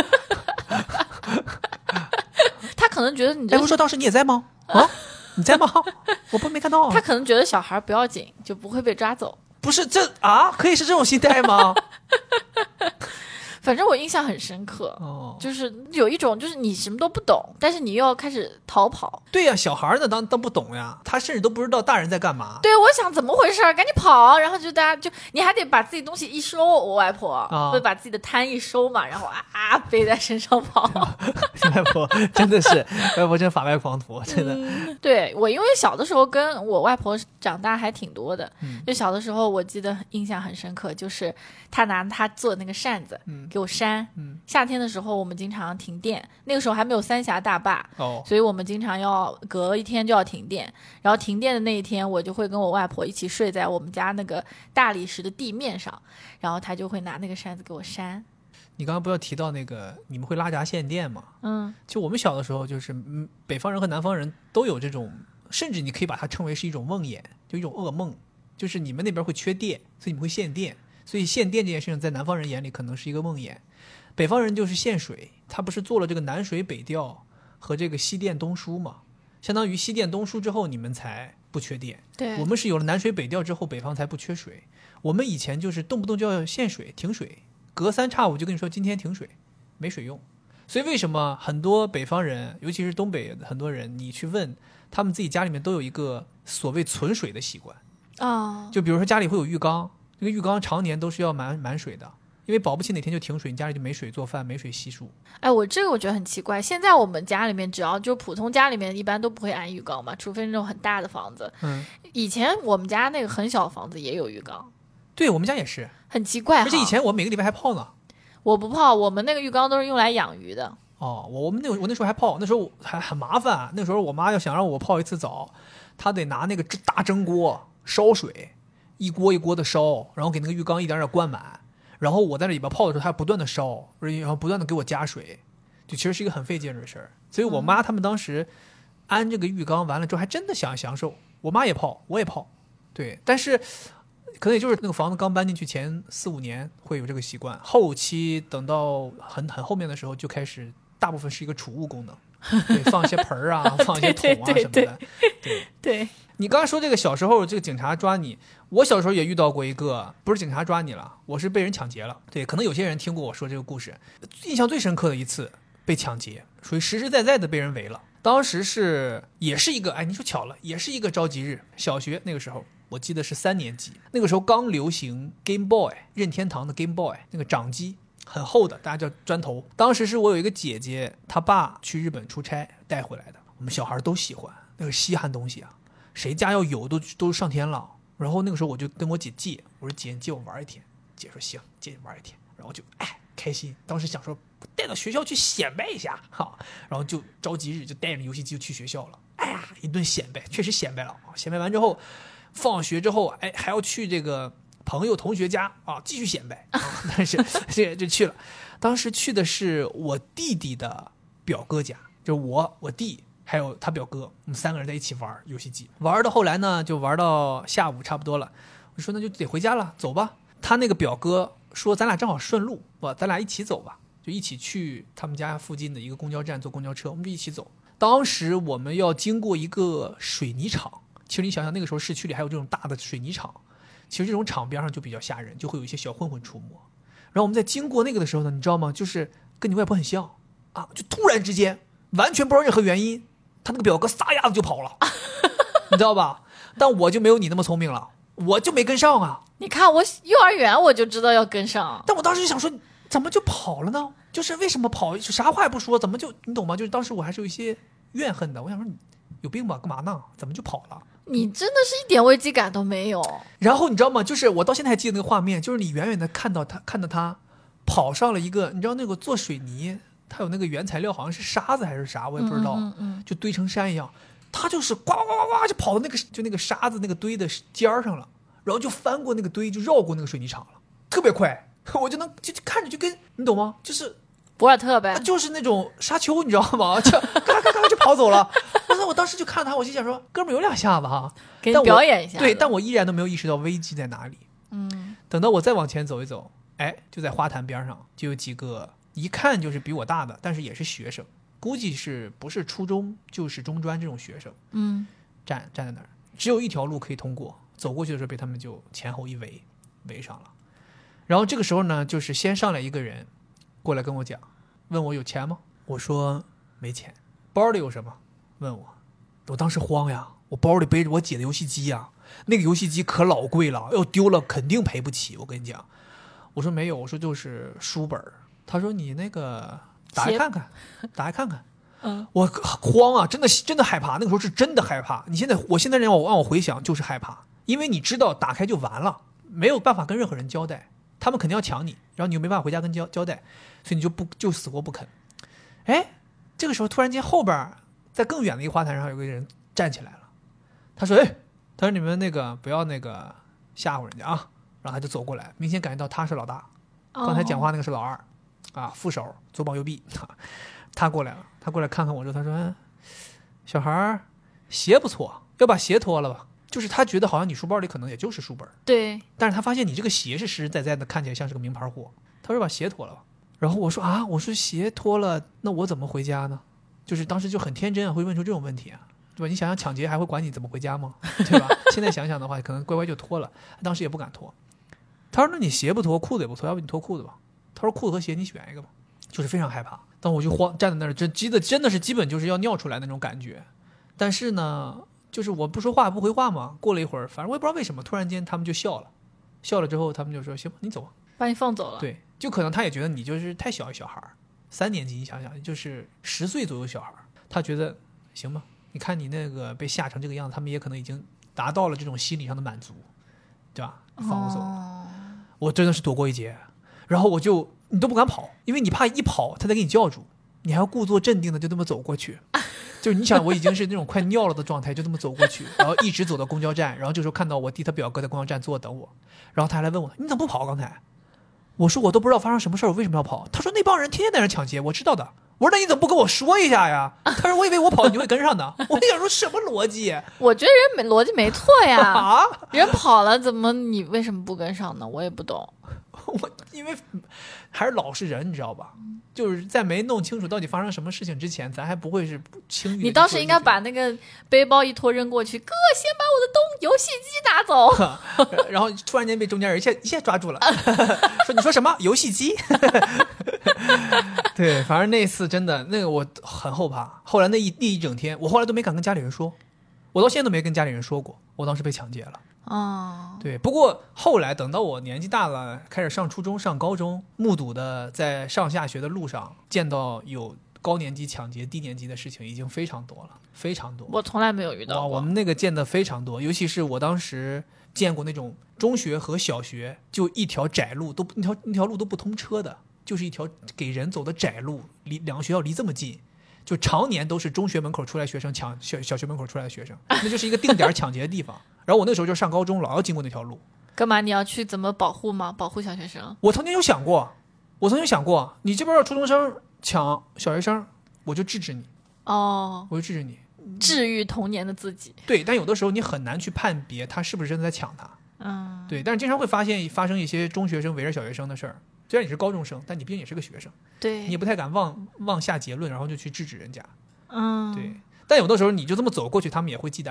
他可能觉得你不是说当时你也在吗？你在吗？我没看到。 他可能觉得小孩不要紧，就不会被抓走。 不是可以是这种心态吗？ 反正我印象很深刻，就是有一种就是你什么都不懂，但是你又要开始逃跑。 对呀，小孩呢当不懂呀，他甚至都不知道大人在干嘛。 对，我想怎么回事，赶紧跑，然后就大家就你还得把自己东西一收，我外婆会把自己的摊一收嘛，然后背在身上跑。 外婆真的是，外婆真法外狂徒，真的。 对，我因为小的时候跟我外婆长大还挺多的，就小的时候我记得印象很深刻，就是她拿她做的那个扇子，给我扇。夏天的时候我们经常停电，那个时候还没有三峡大坝，所以我们经常要隔一天就要停电。然后停电的那一天，我就会跟我外婆一起睡在我们家那个大理石的地面上，然后她就会拿那个扇子给我扇。 你刚刚不要提到那个你们会拉闸限电吗？就我们小的时候，就是北方人和南方人都有这种，甚至你可以把它称为是一种梦魇，就一种噩梦，就是你们那边会缺电，所以你们会限电。所以限电这件事情在南方人眼里可能是一个梦魇，北方人就是限水，他不是做了这个南水北调和这个西电东输嘛，相当于西电东输之后你们才不缺电。 对， 我们是有了南水北调之后北方才不缺水，我们以前就是动不动就要限水停水，隔三差五就跟你说今天停水没水用。所以为什么很多北方人尤其是东北很多人，你去问他们自己家里面都有一个所谓存水的习惯就比如说家里会有浴缸，这个浴缸常年都是要满水的，因为保不齐哪天就停水，你家里就没水做饭没水洗漱。 我觉得很奇怪，现在我们家里面只要就普通家里面一般都不会安浴缸嘛，除非那种很大的房子。以前我们家那个很小的房子也有浴缸。 对，我们家也是， 很奇怪。 而且以前我每个礼拜还泡呢。 我不泡，我们那个浴缸都是用来养鱼的。 我那时候还泡，那时候还很麻烦。那时候我妈要想让我泡一次澡，她得拿那个大蒸锅烧水，一锅一锅的烧，然后给那个浴缸一点点灌满，然后我在那里边泡的时候，她不断的烧，然后不断的给我加水，就其实是一个很费劲的事儿。所以我妈他们当时安这个浴缸完了之后，还真的想享受。我妈也泡，我也泡，对，但是可能也就是那个房子刚搬进去前4-5年会有这个习惯，后期等到很后面的时候就开始大部分是一个储物功能，对，放一些盆啊放一些桶啊什么的。 对， 你刚才说这个小时候这个警察抓你，我小时候也遇到过一个，不是警察抓你了，我是被人抢劫了。对，可能有些人听过我说这个故事。印象最深刻的一次被抢劫，属于实实在在的被人围了。当时也是一个，你说巧了，也是一个召集日，小学那个时候，我记得是3年级，那个时候刚流行 Game Boy， 任天堂的 Game Boy， 那个掌机很厚的，大家叫砖头。当时是我有一个姐姐，她爸去日本出差带回来的，我们小孩都喜欢那个稀罕东西啊，谁家要有都上天了。然后那个时候我就跟我姐借，我说姐你借我玩一天，姐说行，借你玩一天，然后就开心。当时想说带到学校去显摆一下然后就召集日就带着游戏机就去学校了，一顿显摆，确实显摆了。显摆完之后放学之后还要去这个朋友同学家继续显摆但是这就去了。当时去的是我弟弟的表哥家，就是我弟还有他表哥，我们3个人在一起玩游戏机，玩到后来呢就玩到下午差不多了，我说那就得回家了，走吧。他那个表哥说咱俩正好顺路，咱俩一起走吧，就一起去他们家附近的一个公交站坐公交车，我们就一起走。当时我们要经过一个水泥厂， 其实你想想，那个时候市区里还有这种大的水泥厂，其实这种厂边上就比较吓人，就会有一些小混混出没。然后我们在经过那个的时候呢，你知道吗？就是跟你外婆很像啊，就突然之间完全不知道任何原因，他那个表哥撒丫子就跑了，你知道吧？但我就没有你那么聪明了，我就没跟上啊。 你看我幼儿园我就知道要跟上， 但我当时就想说，怎么就跑了呢？就是为什么跑？啥话也不说，怎么就你懂吗？就是当时我还是有一些怨恨的。我想说，你有病吧？干嘛呢？怎么就跑了？ 你真的是一点危机感都没有。 然后你知道吗？就是我到现在还记得那个画面，就是你远远的看到他跑上了一个，你知道那个做水泥，它有那个原材料，好像是沙子还是啥，我也不知道，就堆成山一样。他就是呱呱呱呱就跑到那个沙子那个堆的尖儿上了，然后就翻过那个堆，就绕过那个水泥厂了，特别快。我就看着就跟你懂吗？就是博尔特呗， 就是那种沙丘，你知道吗？就嘎嘎嘎就跑走了。我当时就看他，我心想说，哥们儿有两下子哈， 给你表演一下。 对，但我依然都没有意识到危机在哪里。等到我再往前走一走，哎，就在花坛边上，就有几个一看就是比我大的，但是也是学生，估计是不是初中就是中专这种学生。站在那儿，只有一条路可以通过，走过去的时候被他们就前后一围上了。然后这个时候呢，就是先上来一个人过来跟我讲，问我有钱吗？我说没钱。包里有什么？问我当时慌呀，我包里背着我姐的游戏机呀，那个游戏机可老贵了，要丢了肯定赔不起。我跟你讲，我说没有，我说就是书本。他说你那个打开看看，打开看看。我慌啊，真的害怕，那个时候是真的害怕。我现在让我回想，就是害怕，因为你知道打开就完了，没有办法跟任何人交代，他们肯定要抢你，然后你又没办法回家跟交代，所以你就死活不肯。哎，这个时候突然间后边在更远的一个花坛上有个人站起来了，他说：“哎，他说你们那个不要那个吓唬人家啊。”然后他就走过来，明显感觉到他是老大，刚才讲话那个是老二，啊，副手左膀右臂。他过来了，他过来看看我之后，他说：“小孩鞋不错，要把鞋脱了吧？”就是他觉得好像你书包里可能也就是书本， 对， 但是他发现你这个鞋是实实在在的，看起来像是个名牌货。他说：“把鞋脱了吧。”然后我说：“啊，我说鞋脱了，那我怎么回家呢？”就是当时就很天真啊，会问出这种问题啊，对吧？你想想抢劫还会管你怎么回家吗？对吧？现在想想的话，可能乖乖就脱了，当时也不敢脱。他说：“那你鞋不脱，裤子也不脱，要不你脱裤子吧？”他说：“裤子和鞋你选一个吧。”就是非常害怕，但我就慌，站在那儿，真的是基本就是要尿出来那种感觉。但是呢，就是我不说话不回话嘛。过了一会儿，反正我也不知道为什么，突然间他们就笑了，笑了之后他们就说：“行吧，你走吧。” 把你放走了。 对，就可能他也觉得你就是太小一小孩，3年级，你想想就是10岁左右小孩，他觉得行吧，你看你那个被吓成这个样子，他们也可能已经达到了这种心理上的满足，对吧？放我走了，我真的是躲过一劫。然后你都不敢跑，因为你怕一跑他再给你叫住，你还要故作镇定的就这么走过去。就是你想，我已经是那种快尿了的状态，就这么走过去，然后一直走到公交站，然后这时候看到我弟他表哥在公交站坐等我，然后他还来问我你怎么不跑刚才？我说我都不知道发生什么事儿，我为什么要跑？他说那帮人天天在那抢劫，我知道的。我说那你怎么不跟我说一下呀？他说我以为我跑你就会跟上的。我想说什么逻辑？ 我觉得逻辑没错呀。啊，人跑了怎么你为什么不跟上呢？我也不懂。 因为还是老实人，你知道吧？就是在没弄清楚到底发生什么事情之前，咱还不会是轻易。 你当时应该把那个背包一拖扔过去，哥先把我的游戏机拿走。 然后突然间被中间人一下抓住了，说你说什么游戏机？对，反正那次真的那个我很后怕。后来那一整天，我后来都没敢跟家里人说，我到现在都没跟家里人说过，我当时被抢劫了。对，不过后来等到我年纪大了，开始上初中上高中，目睹的在上下学的路上见到有高年级抢劫低年级的事情已经非常多了，非常多。 我从来没有遇到过。 我们那个见的非常多，尤其是我当时见过那种中学和小学就一条窄路，那条路都不通车的，就是一条给人走的窄路，两个学校离这么近，就常年都是中学门口出来学生抢小学门口出来的学生，那就是一个定点抢劫的地方。然后我那时候就上高中，老要经过那条路。 干嘛？你要去怎么保护吗？保护小学生？ 我曾经有想过，你这边要初中生抢小学生，我就制止你。我就制止你， 治愈童年的自己。 对，但有的时候你很难去判别他是不是真的在抢他。对，但是经常会发生一些中学生围着小学生的事儿。虽然你是高中生，但你毕竟也是个学生， 对， 你也不太敢妄下结论，然后就去制止人家。对，但有的时候你就这么走过去，他们也会忌惮的。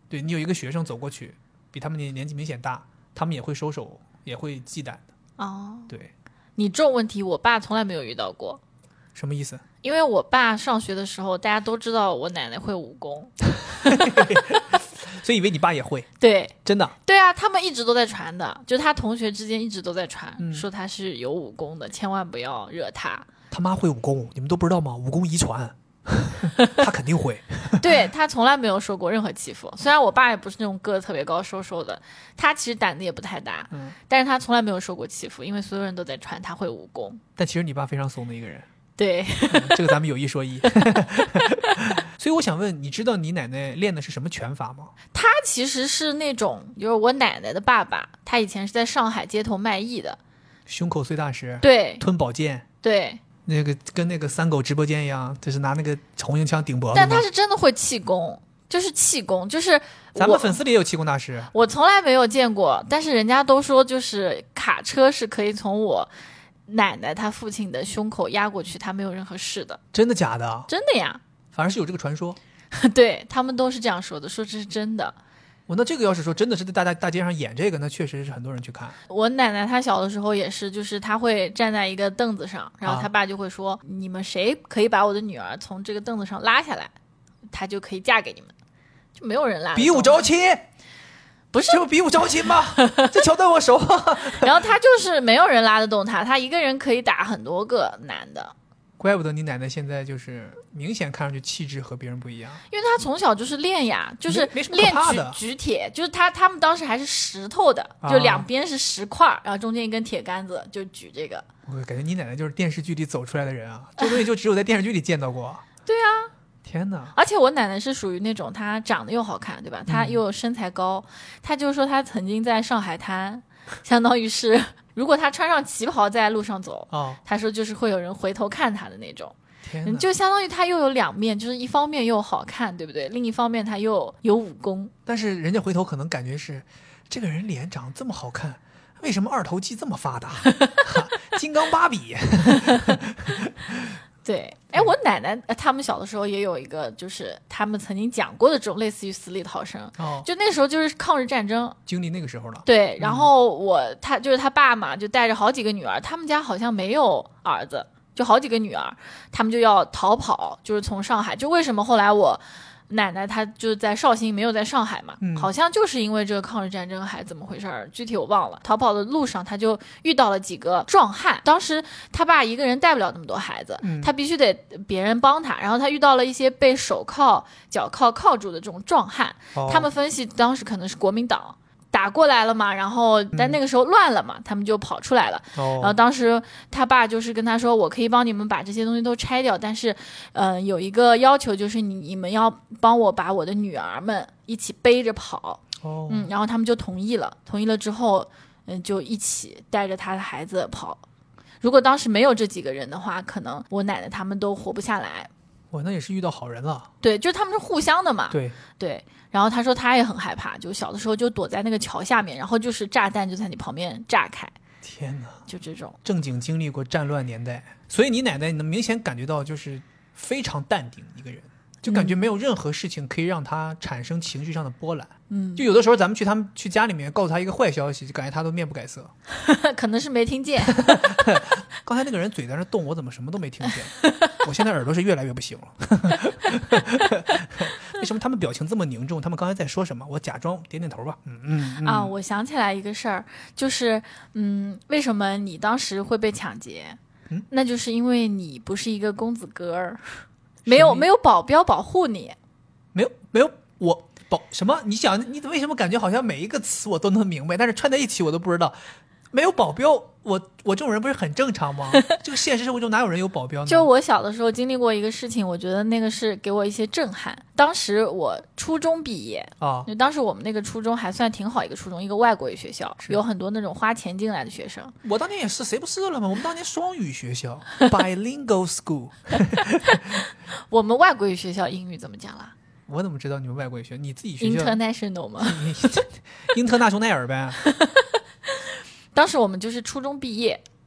对，你有一个学生走过去，比他们年纪明显大，他们也会收手，也会忌惮的。 哦， 对， 你这种问题我爸从来没有遇到过。 什么意思？ 因为我爸上学的时候，大家都知道我奶奶会武功， 所以以为你爸也会。 对， 真的？ 对啊，他们一直都在传的，就他同学之间一直都在传， 嗯说他是有武功的，千万不要惹他。 他妈会武功，你们都不知道吗？武功遗传，他肯定会。 对，他从来没有受过任何欺负，虽然我爸也不是那种个子特别高瘦瘦的，他其实胆子也不太大，但是他从来没有受过欺负，因为所有人都在传他会武功。 但其实你爸非常怂的一个人。 对， 这个咱们有一说一。所以我想问，你知道你奶奶练的是什么拳法吗？ 他其实是那种，就是我奶奶的爸爸，他以前是在上海街头卖艺的， 胸口碎大石， 对吞宝剑， 对， 那个跟那个三狗直播间一样，就是拿那个红缨枪顶脖子。 但他是真的会气功，就是气功，就是咱们粉丝里也有气功大师， 我从来没有见过，但是人家都说就是卡车是可以从我奶奶她父亲的胸口压过去，他没有任何事的。 真的假的？ 真的呀。 反正是有这个传说。 对，他们都是这样说的，说这是真的。 那这个要是说真的是在大街上演这个，那确实是很多人去看。 我奶奶她小的时候也是，就是她会站在一个凳子上，然后她爸就会说，你们谁可以把我的女儿从这个凳子上拉下来，她就可以嫁给你们。就没有人拉。 比武招亲？ 不是， 这不比武招亲吗？这桥段我熟。 然后他就是没有人拉得动他，他一个人可以打很多个男的。 怪不得你奶奶现在就是明显看上去气质和别人不一样， 因为他从小就是练呀，就是没什么练可怕的举铁，就是他们当时还是石头的，就两边是石块，然后中间一根铁杆子，就举这个。 我感觉你奶奶就是电视剧里走出来的人啊，这东西就只有在电视剧里见到过。 对啊， 天哪！ 而且我奶奶是属于那种她长得又好看，对吧？她又有身材高，她就说她曾经在上海滩，相当于是如果她穿上旗袍在路上走，她说就是会有人回头看她的那种。就相当于她又有两面，就是一方面又好看，对不对？另一方面她又有武功。 但是人家回头可能感觉是，这个人脸长这么好看，为什么二头肌这么发达？金刚芭比。 对，哎，我奶奶他们小的时候也有一个，就是他们曾经讲过的这种类似于死里逃生，就那时候就是抗日战争经历那个时候了。 对，然后他就是他爸嘛，就带着好几个女儿，他们家好像没有儿子，就好几个女儿，他们就要逃跑，就是从上海。就为什么后来我奶奶她就在绍兴，没有在上海嘛，好像就是因为这个抗日战争还怎么回事，具体我忘了。逃跑的路上他就遇到了几个壮汉，当时他爸一个人带不了那么多孩子，他必须得别人帮他，然后他遇到了一些被手铐脚铐铐住的这种壮汉，他们分析当时可能是国民党打过来了嘛，然后但那个时候乱了嘛，他们就跑出来了。然后当时他爸就是跟他说，我可以帮你们把这些东西都拆掉，但是有一个要求，就是你们要帮我把我的女儿们一起背着跑。然后他们就同意了之后就一起带着他的孩子跑。如果当时没有这几个人的话，可能我奶奶他们都活不下来。 那也是遇到好人了。 对，就他们是互相的嘛。 对， 然后他说他也很害怕，就小的时候就躲在那个桥下面，然后就是炸弹就在你旁边炸开。 天哪， 就这种正经经历过战乱年代，所以你奶奶能明显感觉到就是非常淡定一个人，就感觉没有任何事情可以让他产生情绪上的波澜。就有的时候咱们去家里面告诉他一个坏消息，就感觉他都面不改色。 可能是没听见。 刚才那个人嘴在那动，我怎么什么都没听见？我现在耳朵是越来越不行了。为什么他们表情这么凝重？他们刚才在说什么？我假装点点头吧。 我想起来一个事儿，就是为什么你当时会被抢劫？那就是因为你不是一个公子哥儿，没有保镖保护你。没有我保什么？你为什么感觉好像每一个词我都能明白，但是串在一起我都不知道？没有保镖，我这种人不是很正常吗？这个现实生活中哪有人有保镖呢？ 就我小的时候经历过一个事情，我觉得那个是给我一些震撼。当时我初中毕业就当时我们那个初中还算挺好一个初中，一个外国语学校，有很多那种花钱进来的学生。 我当年也是，谁不是了吗？我们当年双语学校，bilingual school。 我们外国语学校英语怎么讲啦？ 我怎么知道你们外国语学校？你自己学校 international 吗？ 英特纳雄奈尔呗。 当时我们就是初中毕业，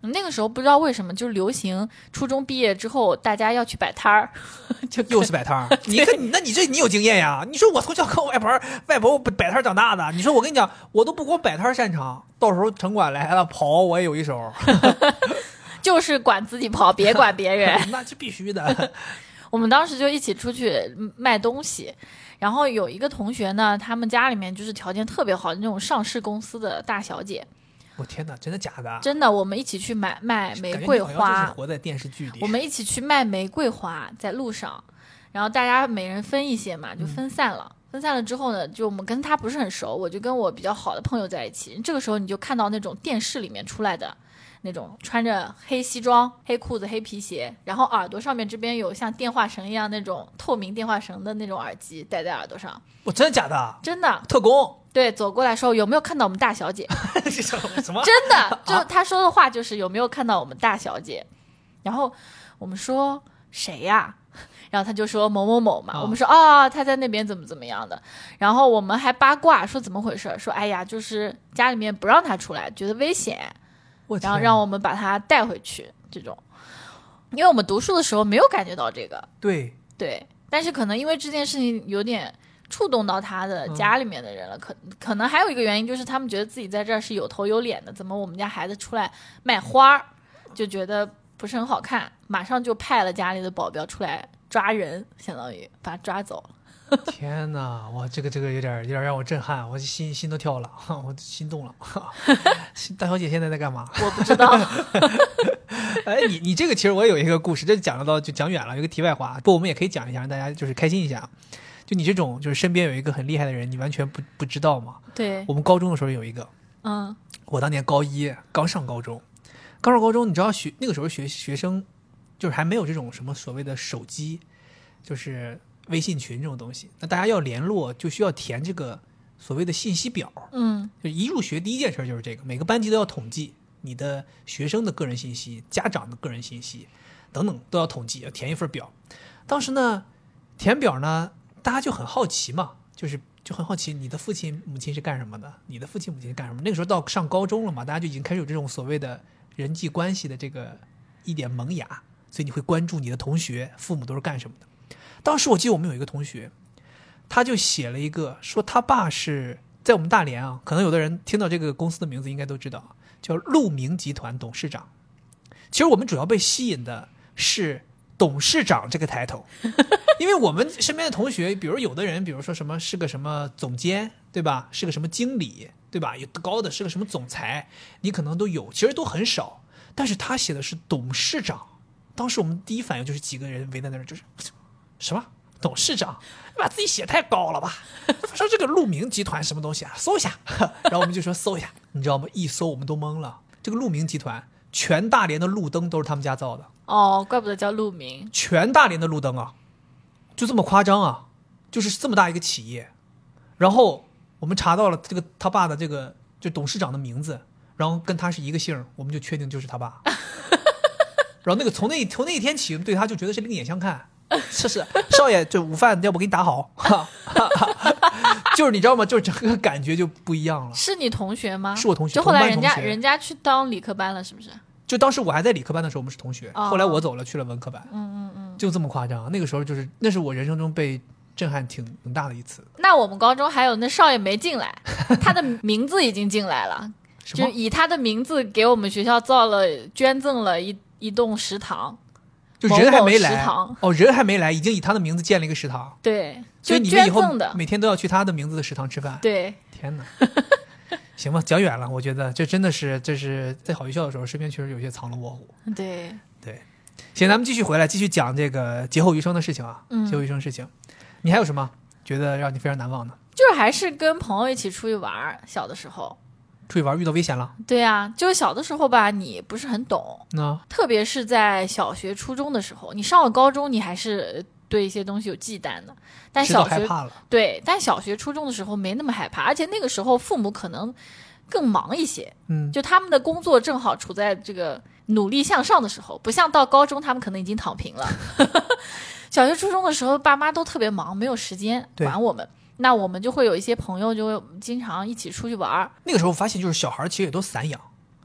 那个时候不知道为什么就流行初中毕业之后大家要去摆摊儿，就又是摆摊儿。你有经验呀？你说我从小跟我外婆摆摊儿长大的，你说我跟你讲，我都不光摆摊儿擅长，到时候城管来了跑我也有一手。 就是管自己跑，别管别人。 那是必须的。 我们当时就一起出去卖东西，然后有一个同学呢，他们家里面就是条件特别好的那种上市公司的大小姐。 我天哪，真的假的？ 真的，我们一起去卖玫瑰花， 活在电视剧里。 我们一起去卖玫瑰花，在路上，然后大家每人分一些嘛，就分散了。分散了之后呢，就我们跟他不是很熟，我就跟我比较好的朋友在一起。这个时候你就看到那种电视里面出来的那种穿着黑西装、黑裤子、黑皮鞋，然后耳朵上面这边有像电话绳一样那种透明电话绳的那种耳机戴在耳朵上。 我真的假的？ 真的。 特工。 对，走过来说有没有看到我们大小姐？ 什么？ 真的，就他说的话就是有没有看到我们大小姐？然后我们说谁呀？然后他就说某某某嘛。我们说他在那边怎么怎么样的。然后我们还八卦说怎么回事，说哎呀，就是家里面不让他出来，觉得危险，然后让我们把他带回去。这种，因为我们读书的时候没有感觉到这个。 对， 但是可能因为这件事情有点触动到他的家里面的人了，可能还有一个原因就是他们觉得自己在这儿是有头有脸的，怎么我们家孩子出来卖花就觉得不是很好看，马上就派了家里的保镖出来抓人，相当于把他抓走了。 天哪，哇，这个有点让我震撼，我心都跳了，我心动了。大小姐现在在干嘛？ 我不知道。 哎，你这个其实我有一个故事，这讲到就讲远了，有个题外话，不，我们也可以讲一下，让大家就是开心一下。就你这种就是身边有一个很厉害的人，你完全不知道吗？ 对， 我们高中的时候有一个，我当年高一刚上高中，你知道那个时候学生就是还没有这种什么所谓的手机，就是微信群这种东西，那大家要联络就需要填这个所谓的信息表。就一入学第一件事就是这个，每个班级都要统计你的学生的个人信息、家长的个人信息等等都要统计，要填一份表。当时呢，填表呢，大家就很好奇嘛，就很好奇你的父亲母亲是干什么的，你的父亲母亲是干什么。那个时候到上高中了嘛，大家就已经开始有这种所谓的人际关系的这个一点萌芽，所以你会关注你的同学父母都是干什么的。当时我记得我们有一个同学，他就写了一个说他爸是在我们大连啊，可能有的人听到这个公司的名字应该都知道，叫鹿鸣集团董事长。其实我们主要被吸引的是董事长这个title，因为我们身边的同学，比如有的人，比如说什么是个什么总监，对吧？是个什么经理，对吧？有高的是个什么总裁，你可能都有，其实都很少。但是他写的是董事长，当时我们第一反应就是几个人围在那儿，就是什么董事长，把自己写太高了吧？说这个鹿鸣集团什么东西啊？搜一下，然后我们就说搜一下，你知道吗？一搜我们都懵了，这个鹿鸣集团全大连的路灯都是他们家造的。 哦，怪不得叫鹿鸣。 全大连的路灯啊，就这么夸张啊，就是这么大一个企业。然后我们查到了这个他爸的这个就董事长的名字，然后跟他是一个姓，我们就确定就是他爸。然后那个从那一天起，对他就觉得是另眼相看。是少爷，这午饭要不给你打好。就是你知道吗？就是整个感觉就不一样了。 是你同学吗？ 是我同学。 就后来人家去当理科班了，是不是？ 就当时我还在理科班的时候，我们是同学。后来我走了，去了文科班。就这么夸张。那个时候那是我人生中被震撼挺大的一次。 那我们高中还有那少爷没进来，他的名字已经进来了，就以他的名字给我们学校捐赠了一栋食堂。 就人还没来某食堂人还没来，已经以他的名字建了一个食堂。 对， 所以你们以后每天都要去他的名字的食堂吃饭。 对， 天哪。行吧，讲远了，我觉得这是在好学校的时候，身边确实有些藏龙卧虎。 对， 行，咱们继续回来，继续讲这个劫后余生的事情啊。劫后余生事情，你还有什么觉得让你非常难忘的？ 就是还是跟朋友一起出去玩，小的时候。 出去玩遇到危险了？ 对啊，就是小的时候吧，你不是很懂，特别是在小学、初中的时候，你上了高中，你还是对一些东西有忌惮的，但小学害怕了。 对，但小学、初中的时候没那么害怕，而且那个时候父母可能更忙一些，就他们的工作正好处在这个努力向上的时候，不像到高中他们可能已经躺平了。小学、初中的时候，爸妈都特别忙，没有时间管我们。那我们就会有一些朋友，就会经常一起出去玩。 那个时候发现，就是小孩其实也都散养，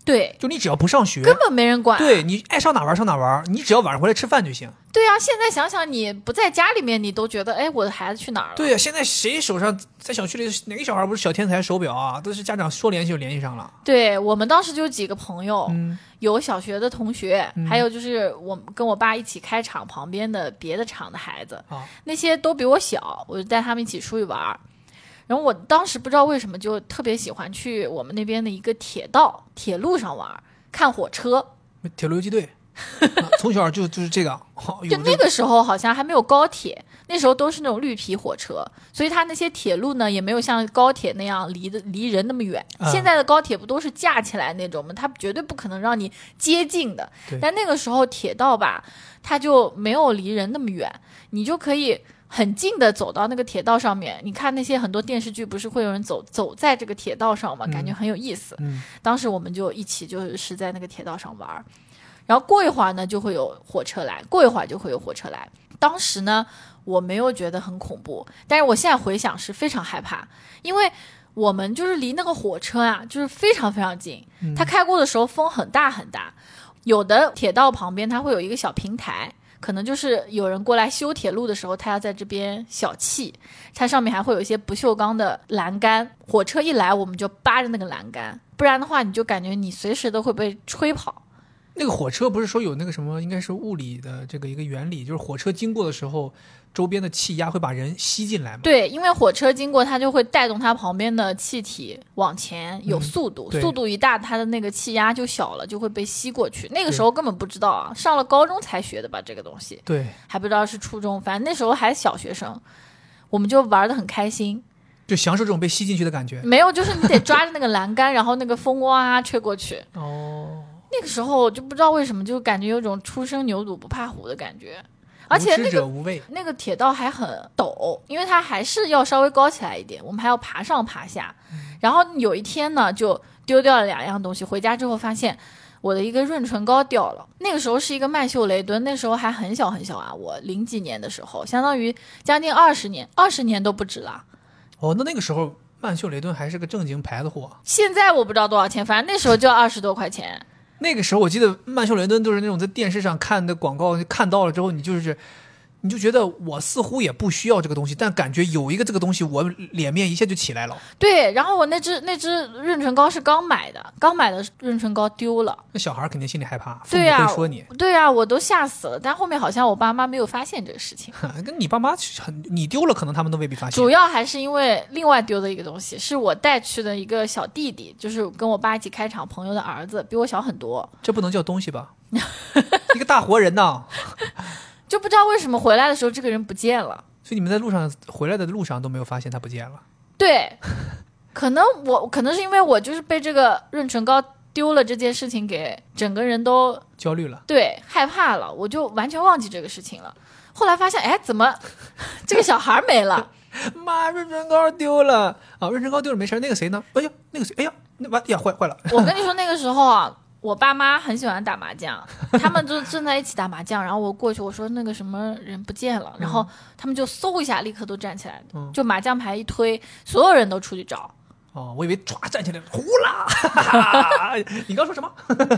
对， 就你只要不上学， 根本没人管。 对，你爱上哪玩上哪玩，你只要晚上回来吃饭就行。 对啊，现在想想你不在家里面，你都觉得哎，我的孩子去哪儿了？ 对啊，现在谁手上在小区里哪个小孩不是小天才手表啊？都是家长说联系就联系上了。 对，我们当时就几个朋友，有小学的同学，还有就是我跟我爸一起开厂旁边的别的厂的孩子，那些都比我小，我就带他们一起出去玩。然后我当时不知道为什么就特别喜欢去我们那边的一个铁路上玩，看火车。 铁路游击队，从小就是这个。 就那个时候好像还没有高铁，那时候都是那种绿皮火车，所以它那些铁路呢也没有像高铁那样离人那么远。现在的高铁不都是架起来那种吗？它绝对不可能让你接近的。但那个时候铁道吧，它就没有离人那么远，你就可以很近的走到那个铁道上面。你看那些很多电视剧不是会有人走在这个铁道上吗？感觉很有意思。当时我们就一起就是在那个铁道上玩，然后过一会儿呢就会有火车来，过一会儿就会有火车来。当时呢我没有觉得很恐怖，但是我现在回想是非常害怕，因为我们就是离那个火车啊就是非常非常近，它开过的时候风很大很大，有的铁道旁边它会有一个小平台，可能就是有人过来修铁路的时候他要在这边小憩，它上面还会有一些不锈钢的栏杆，火车一来我们就扒着那个栏杆，不然的话你就感觉你随时都会被吹跑。 那个火车不是说有那个什么，应该是物理的这个一个原理，就是火车经过的时候周边的气压会把人吸进来吗？ 对，因为火车经过它就会带动它旁边的气体往前，有速度，速度一大它的那个气压就小了，就会被吸过去。那个时候根本不知道啊，上了高中才学的吧这个东西。 对， 还不知道是初中，反正那时候还小学生，我们就玩得很开心， 就享受这种被吸进去的感觉。 没有，就是你得抓着那个栏杆然后那个风哇吹过去。 哦， 那个时候就不知道为什么就感觉有种初生牛犊不怕虎的感觉，而且那个铁道还很陡，因为它还是要稍微高起来一点，我们还要爬上爬下。然后有一天呢就丢掉了2样东西，回家之后发现我的一个润唇膏掉了。那个时候是一个曼秀雷敦，那时候还很小很小啊，我00几年的时候，相当于将近20年都不止了。 哦，那个时候曼秀雷敦还是个正经牌子货。 现在我不知道多少钱，反正那时候就要20多块钱。 那个时候我记得曼秀雷敦都是那种在电视上看的广告，看到了之后你就觉得我似乎也不需要这个东西，但感觉有一个这个东西我脸面一下就起来了。 对，然后我那支润唇膏是刚买的润唇膏丢了， 那小孩肯定心里害怕， 对呀， 父母会说你。 对呀，我都吓死了。但后面好像我爸妈没有发现这个事情。 跟你爸妈你丢了可能他们都未必发现。 主要还是因为另外丢的一个东西是我带去的一个小弟弟，就是跟我爸一起开厂朋友的儿子，比我小很多。 这不能叫东西吧？一个大活人呢。 就不知道为什么回来的时候这个人不见了， 所以你们在回来的路上都没有发现他不见了。 对，可能是因为我就是被这个润唇膏丢了这件事情给整个人都焦虑了， 对，害怕了，我就完全忘记这个事情了。后来发现，哎，怎么这个小孩没了？ 妈，润唇膏丢了啊！润唇膏丢了没事，那个谁呢？哎呀，那个谁，哎呀，那完呀，坏了！ 我跟你说，那个时候啊。我爸妈很喜欢打麻将，他们就正在一起打麻将，然后我过去我说那个什么人不见了，然后他们就嗖一下立刻都站起来，就麻将牌一推，所有人都出去找。 哦，我以为唰站起来呼啦！你刚说什么？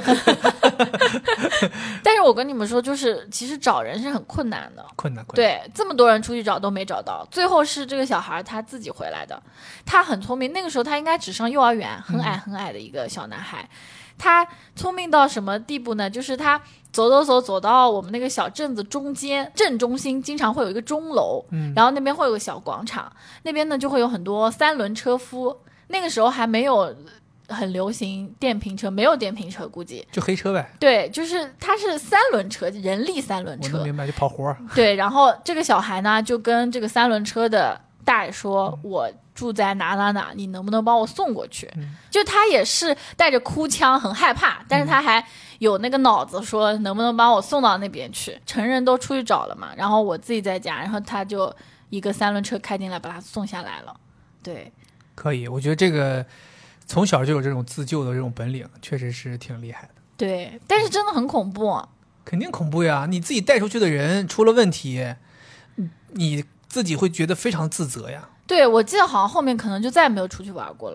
但是我跟你们说，就是其实找人是很困难的， 困难。 对，这么多人出去找都没找到，最后是这个小孩他自己回来的。他很聪明，那个时候他应该只上幼儿园，很矮很矮的一个小男孩。他聪明到什么地步呢？就是他走到我们那个小镇子中间，镇中心经常会有一个钟楼，然后那边会有个小广场，那边呢就会有很多3轮车夫。那个时候还没有很流行电瓶车，没有电瓶车，估计就黑车呗。 对，就是它是3轮车，人力3轮车。 我能明白，就跑活。对， 然后这个小孩呢就跟这个3轮车的大爷说，我住在哪，你能不能帮我送过去？就他也是带着哭腔，很害怕，但是他还有那个脑子说能不能帮我送到那边去。成人都出去找了嘛，然后我自己在家，然后他就一个3轮车开进来把他送下来了。对， 可以，我觉得这个从小就有这种自救的这种本领，确实是挺厉害的。 对，但是真的很恐怖。 肯定恐怖呀！你自己带出去的人出了问题，你自己会觉得非常自责呀。 对，我记得好像后面可能就再也没有出去玩过了，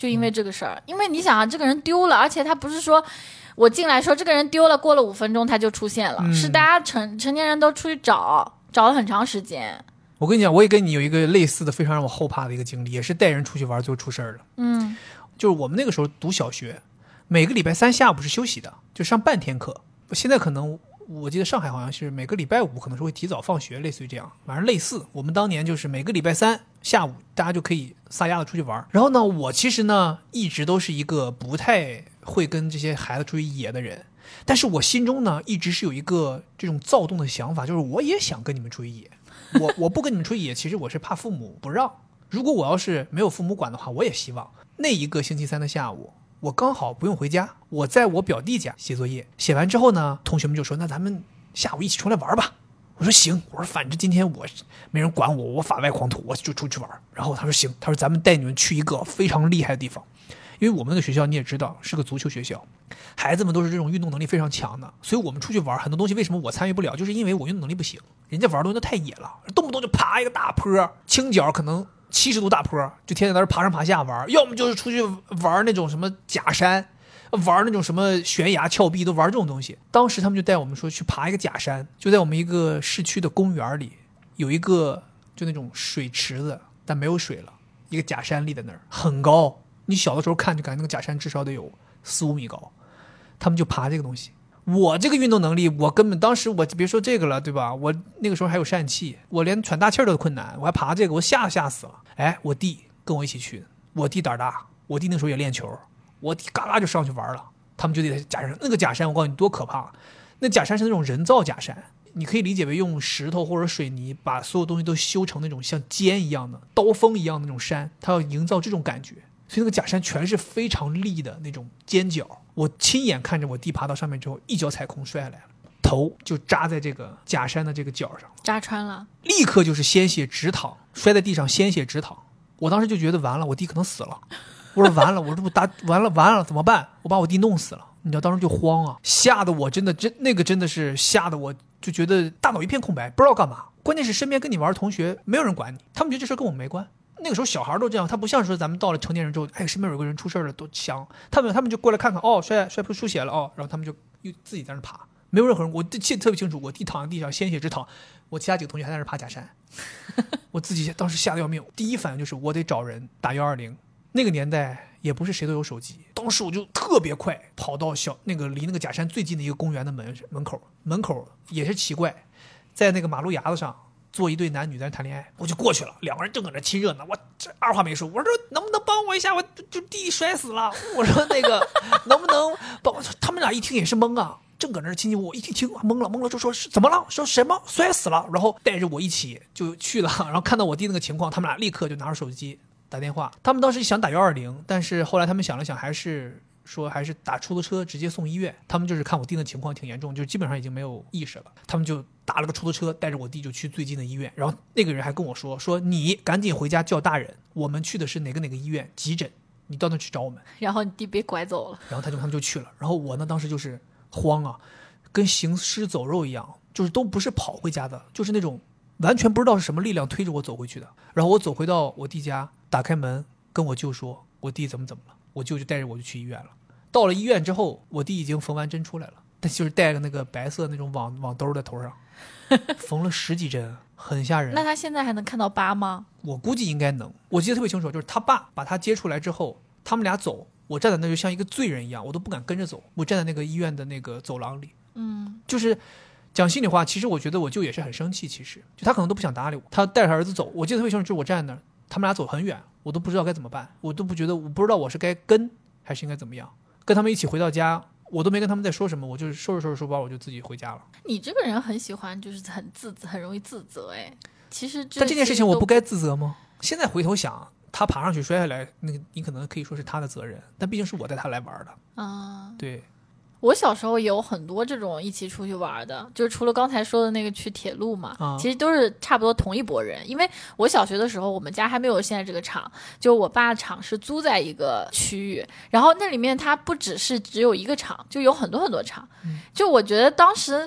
就因为这个事儿。因为你想啊，这个人丢了，而且他不是说我进来说这个人丢了，过了5分钟他就出现了，是大家成年人都出去找了很长时间。 我跟你讲，我也跟你有一个类似的非常让我后怕的一个经历，也是带人出去玩最后出事儿了。就是我们那个时候读小学，每个礼拜3下午是休息的，就上半天课。现在可能我记得上海好像是每个礼拜5可能是会提早放学，类似于这样，反正类似。我们当年就是每个礼拜3下午大家就可以撒丫子出去玩。然后呢，我其实呢一直都是一个不太会跟这些孩子出去野的人，但是我心中呢一直是有一个这种躁动的想法，就是我也想跟你们出去野。我不跟你们出去野，其实我是怕父母不让。如果我要是没有父母管的话，我也希望那一个星期3的下午我刚好不用回家，我在我表弟家写作业，写完之后呢，同学们就说那咱们下午一起出来玩吧。我说行，我说反正今天我没人管我，我法外狂徒，我就出去玩。然后他说行，他说咱们带你们去一个非常厉害的地方。因为我们那个学校你也知道是个足球学校，孩子们都是这种运动能力非常强的，所以我们出去玩很多东西为什么我参与不了，就是因为我运动能力不行，人家玩的东西都太野了，动不动就爬一个大坡，倾角可能70度大坡，就天天在那爬上爬下玩，要么就是出去玩那种什么假山，玩那种什么悬崖峭壁，都玩这种东西。当时他们就带我们说去爬一个假山，就在我们一个市区的公园里，有一个就那种水池子，但没有水了，一个假山立在那儿，很高，你小的时候看就感觉那个假山至少得有4-5米高。他们就爬这个东西，我这个运动能力，我根本当时我别说这个了，对吧？我那个时候还有疝气，我连喘大气都困难，我还爬这个，我吓死了。哎，我弟跟我一起去，我弟胆大，我弟那时候也练球，我弟嘎嘎就上去玩了。他们就得假山，那个假山我告诉你多可怕，那假山是那种人造假山，你可以理解为用石头或者水泥把所有东西都修成那种像尖一样的刀锋一样的那种山，它要营造这种感觉，所以那个假山全是非常利的那种尖角。我亲眼看着我弟爬到上面之后一脚踩空摔下来了，头就扎在这个假山的这个角上， 扎穿了， 立刻就是鲜血直淌，摔在地上鲜血直淌。我当时就觉得完了，我弟可能死了。我说完了，我说完了怎么办？我把我弟弄死了。你知道当时就慌啊，吓得我真的是吓得我就觉得大脑一片空白，不知道干嘛。关键是身边跟你玩的同学没有人管你，他们觉得这事跟我们没关。那个时候小孩都这样，他不像说咱们到了成年人之后，哎，身边有个人出事了多强，他们就过来看看，哦，摔出输血了哦，然后他们就又自己在那爬，没有任何人。我记得特别清楚，我弟躺在地上鲜血直淌，我其他几个同学还在那爬假山，我自己当时吓得要命，第一反应就是我得找人打120。那个年代也不是谁都有手机，当时我就特别快跑到离那个假山最近的一个公园的门口也是奇怪，在那个马路牙子上坐一对男女在那谈恋爱，我就过去了，两个人正搁那亲热呢，我这二话没说，我说能不能帮我一下，我就弟弟摔死了，我说那个能不能帮我？他们俩一听也是懵啊，正搁那亲亲我，一听懵了，就说是怎么了？说什么摔死了？然后带着我一起就去了，然后看到我弟那个情况，他们俩立刻就拿着手机打电话。他们当时想打120，但是后来他们想了想，还是打出租车直接送医院。他们就是看我弟的情况挺严重，就基本上已经没有意识了，他们就打了个出租车带着我弟就去最近的医院。然后那个人还跟我说你赶紧回家叫大人，我们去的是哪个医院急诊，你到那去找我们。 然后你弟被拐走了， 然后他们就去了。然后我呢当时就是慌啊，跟行尸走肉一样，就是都不是跑回家的，就是那种完全不知道是什么力量推着我走回去的。然后我走回到我弟家，打开门跟我舅说我弟怎么了，我舅就带着我就去医院了。到了医院之后，我弟已经缝完针出来了，他就是带个那个白色那种网兜在头上，缝了10几针，很吓人。 那他现在还能看到疤吗？ 我估计应该能。我记得特别清楚，就是他爸把他接出来之后，他们俩走，我站在那就像一个罪人一样，我都不敢跟着走，我站在那个医院的那个走廊里。就是讲心里话，其实我觉得我舅也是很生气，其实就他可能都不想搭理我。他带着他儿子走，我记得特别清楚，就是我站在那儿，他们俩走很远，我都不知道该怎么办，我不知道我是该跟还是应该怎么样。跟他们一起回到家，我都没跟他们再说什么，我就收拾书包，我就自己回家了。你这个人很喜欢就是很容易自责哎，其实但这件事情我不该自责吗？现在回头想，他爬上去摔下来，那个你可能可以说是他的责任，但毕竟是我带他来玩的啊。对， 我小时候也有很多这种一起出去玩的，就是除了刚才说的那个去铁路嘛，其实都是差不多同一拨人。因为我小学的时候，我们家还没有现在这个厂，就我爸的厂是租在一个区域，然后那里面它不只有一个厂，就有很多厂。就我觉得当时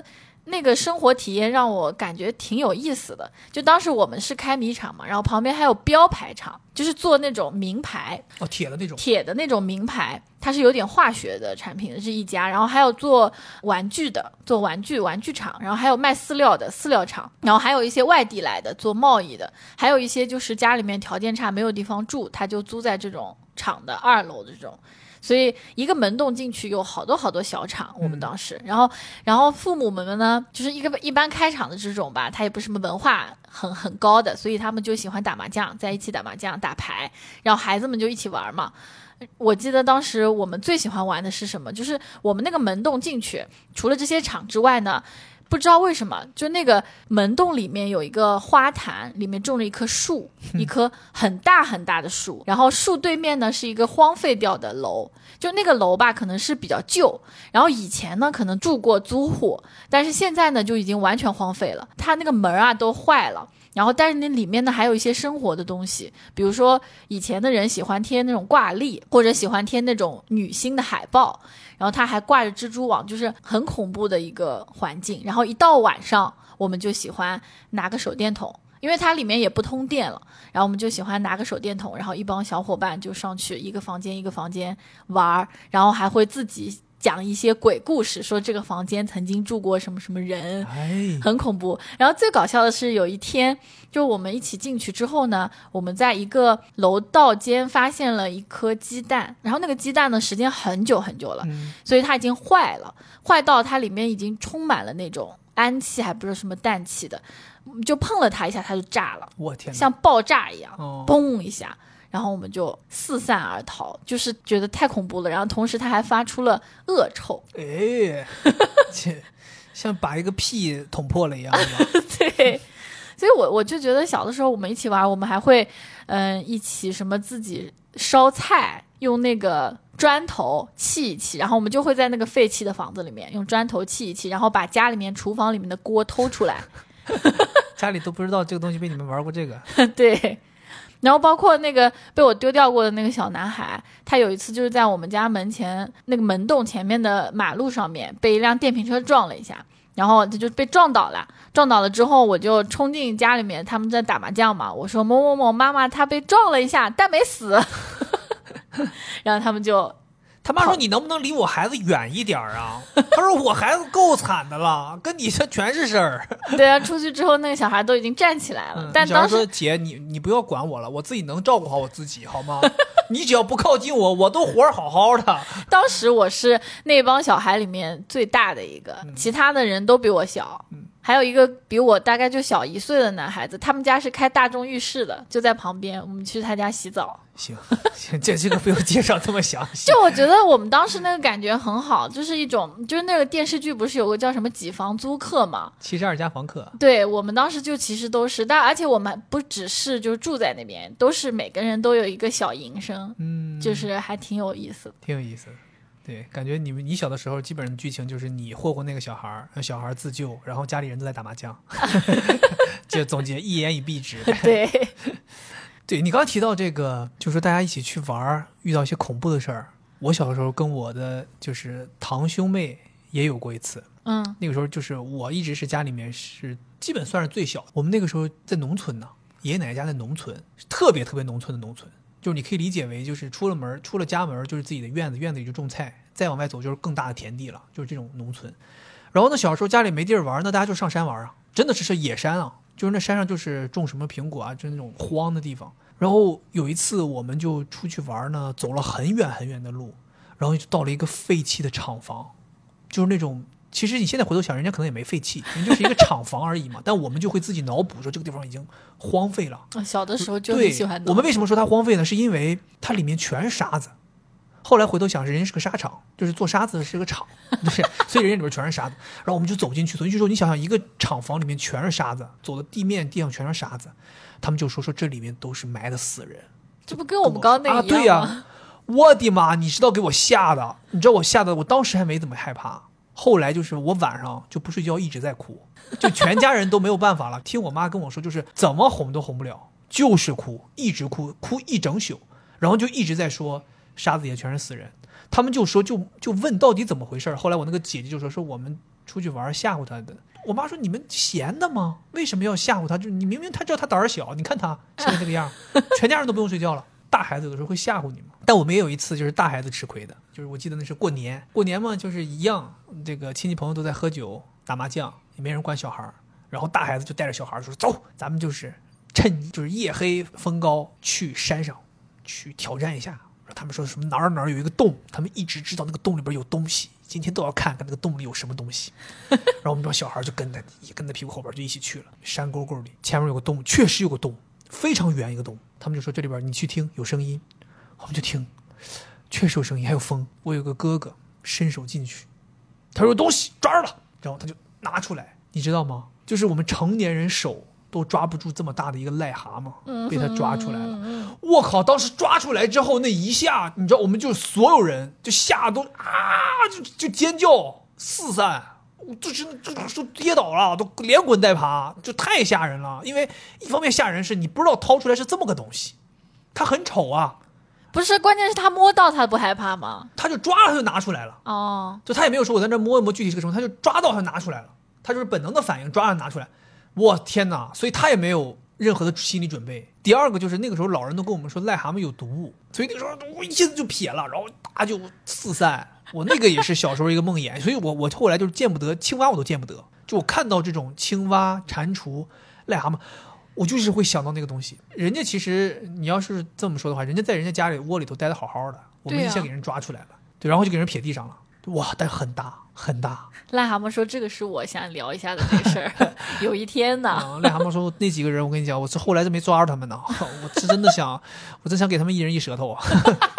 那个生活体验让我感觉挺有意思的。就当时我们是开米厂嘛，然后旁边还有标牌厂，就是做那种名牌， 铁的那种名牌，它是有点化学的产品的是一家，然后还有做玩具的，做玩具厂，然后还有卖饲料的饲料厂，然后还有一些外地来的做贸易的，还有一些就是家里面条件差没有地方住，他就租在这种厂的2楼的这种。所以一个门洞进去有好多好多小厂，我们当时，然后父母们呢，就是一般开厂的这种吧，他也不是什么文化很高的，所以他们就喜欢打麻将，在一起打麻将打牌，然后孩子们就一起玩嘛。我记得当时我们最喜欢玩的是什么，就是我们那个门洞进去，除了这些厂之外呢，不知道为什么，就那个门洞里面有一个花坛，里面种了一棵树，一棵很大很大的树，然后树对面呢是一个荒废掉的楼，就那个楼吧可能是比较旧，然后以前呢可能住过租户，但是现在呢就已经完全荒废了，它那个门啊都坏了。然后但是那里面呢还有一些生活的东西，比如说以前的人喜欢贴那种挂历，或者喜欢贴那种女星的海报，然后它还挂着蜘蛛网，就是很恐怖的一个环境。然后一到晚上我们就喜欢拿个手电筒，因为它里面也不通电了，然后我们就喜欢拿个手电筒，然后一帮小伙伴就上去一个房间一个房间玩，然后还会自己讲一些鬼故事，说这个房间曾经住过什么什么人，很恐怖。然后最搞笑的是有一天，就我们一起进去之后呢，我们在一个楼道间发现了一颗鸡蛋，然后那个鸡蛋呢时间很久很久了，所以它已经坏了，坏到它里面已经充满了那种氨气还不是什么氮气的，就碰了它一下它就炸了， 我天， 像爆炸一样，嘣一下，然后我们就四散而逃，就是觉得太恐怖了。然后同时它还发出了恶臭， 像把一个屁捅破了一样吧。 对，所以我就觉得小的时候我们一起玩，我们还会一起什么自己烧菜，用那个砖头砌一砌，然后我们就会在那个废弃的房子里面用砖头砌一砌，然后把家里面厨房里面的锅偷出来。 家里都不知道这个东西被你们玩过这个。 对，然后包括那个被我丢掉过的那个小男孩，他有一次就是在我们家门前那个门洞前面的马路上面被一辆电瓶车撞了一下，然后他就被撞倒了之后，我就冲进家里面，他们在打麻将嘛，我说某某某妈妈他被撞了一下但没死。然后他们就他妈说你能不能离我孩子远一点啊？他说我孩子够惨的了，跟你这全是事儿。 对啊，出去之后那个小孩都已经站起来了，但当时说姐你不要管我了，我自己能照顾好我自己好吗？你只要不靠近我，我都活儿好好的。 当时我是那帮小孩里面最大的一个，其他的人都比我小。还有一个比我大概就小1岁的男孩子，他们家是开大众浴室的，就在旁边，我们去他家洗澡。 行，这个不用介绍这么详细。 就我觉得我们当时那个感觉很好，就是一种，就是那个电视剧不是有个叫什么几房租客嘛 ，72家房客。对， 我们当时就其实都是，但而且我们不只是就是住在那边，都是每个人都有一个小营生，就是还挺有意思的， 挺有意思的。对，感觉你小的时候基本上剧情就是你霍霍那个小孩，让小孩自救，然后家里人都在打麻将。就总结一言以蔽之。 对。 对，你刚刚提到这个，就是说大家一起去玩，遇到一些恐怖的事儿。我小的时候跟我的就是堂兄妹也有过一次。那个时候就是我一直是家里面是基本算是最小。我们那个时候在农村呢，爷爷奶奶家在农村，特别特别农村的农村，就是你可以理解为就是出了家门就是自己的院子，院子里就种菜，再往外走就是更大的田地了，就是这种农村。然后呢，小时候家里没地儿玩，那大家就上山玩啊，真的是野山啊。就是那山上就是种什么苹果啊，就是那种荒的地方。然后有一次我们就出去玩呢，走了很远很远的路，然后就到了一个废弃的厂房，就是那种其实你现在回头想，人家可能也没废弃，人就是一个厂房而已嘛。但我们就会自己脑补说这个地方已经荒废了。 小的时候就很喜欢。 我们为什么说它荒废呢？是因为它里面全是沙子。后来回头想，人家是个沙场，就是做沙子是个厂，对，所以人家里面全是沙子。然后我们就走进去之后，你想想一个厂房里面全是沙子，走的地上全是沙子，他们就说这里面都是埋的死人。 这不跟我们刚刚那个一样吗？对呀，我的妈！你知道给我吓的，我当时还没怎么害怕，后来就是我晚上就不睡觉，一直在哭，就全家人都没有办法了。听我妈跟我说，就是怎么哄都哄不了，就是哭，一直哭一整宿，然后就一直在说。沙子也全是死人，他们就说就问到底怎么回事。后来我那个姐姐就说我们出去玩吓唬他的。我妈说你们闲的吗？为什么要吓唬他？就是你明明他知道他胆儿小，你看他现在这个样，全家人都不用睡觉了。大孩子有的时候会吓唬你嘛。但我们也有一次就是大孩子吃亏的，就是我记得那是过年嘛，就是一样，这个亲戚朋友都在喝酒打麻将，也没人管小孩，然后大孩子就带着小孩说走，咱们就是趁就是夜黑风高去山上去挑战一下。他们说什么哪儿有一个洞，他们一直知道那个洞里边有东西，今天都要看看那个洞里有什么东西。然后我们这小孩就跟他屁股后边就一起去了，山沟沟里前面有个洞，确实有个洞，非常远一个洞。他们就说这里边你去听有声音，我们就听，确实有声音，还有风。我有个哥哥伸手进去，他说有东西抓着了，然后他就拿出来，你知道吗？就是我们成年人手都抓不住这么大的一个癞蛤蟆，被他抓出来了。我靠！当时抓出来之后，那一下，你知道，我们就所有人就吓得都就尖叫四散，就是都跌倒了，都连滚带爬，就太吓人了。因为一方面吓人是你不知道掏出来是这么个东西，它很丑啊。 不是，关键是他摸到他不害怕吗？ 他就抓了，他就拿出来了。 哦， 就他也没有说我在这摸一摸具体是个什么，他就抓到他拿出来了，他就是本能的反应，抓了拿出来。我天哪！所以他也没有任何的心理准备。第二个就是那个时候老人都跟我们说癞蛤蟆有毒，所以那个时候我一下子就撇了，然后大家就四散。我那个也是小时候一个梦魇，所以我后来就是见不得青蛙，我都见不得。就我看到这种青蛙、蟾蜍、癞蛤蟆，我就是会想到那个东西。人家其实你要是这么说的话，人家在人家家里窝里头待得好好的，我们一下给人抓出来了，对，然后就给人撇地上了。哇，但很大很大。 癞蛤蟆说这个是我想聊一下的这个事儿。有一天呢， 癞蛤蟆说那几个人我跟你讲，我是后来是没抓着他们呢，我是真的想，我真想给他们一人一舌头啊。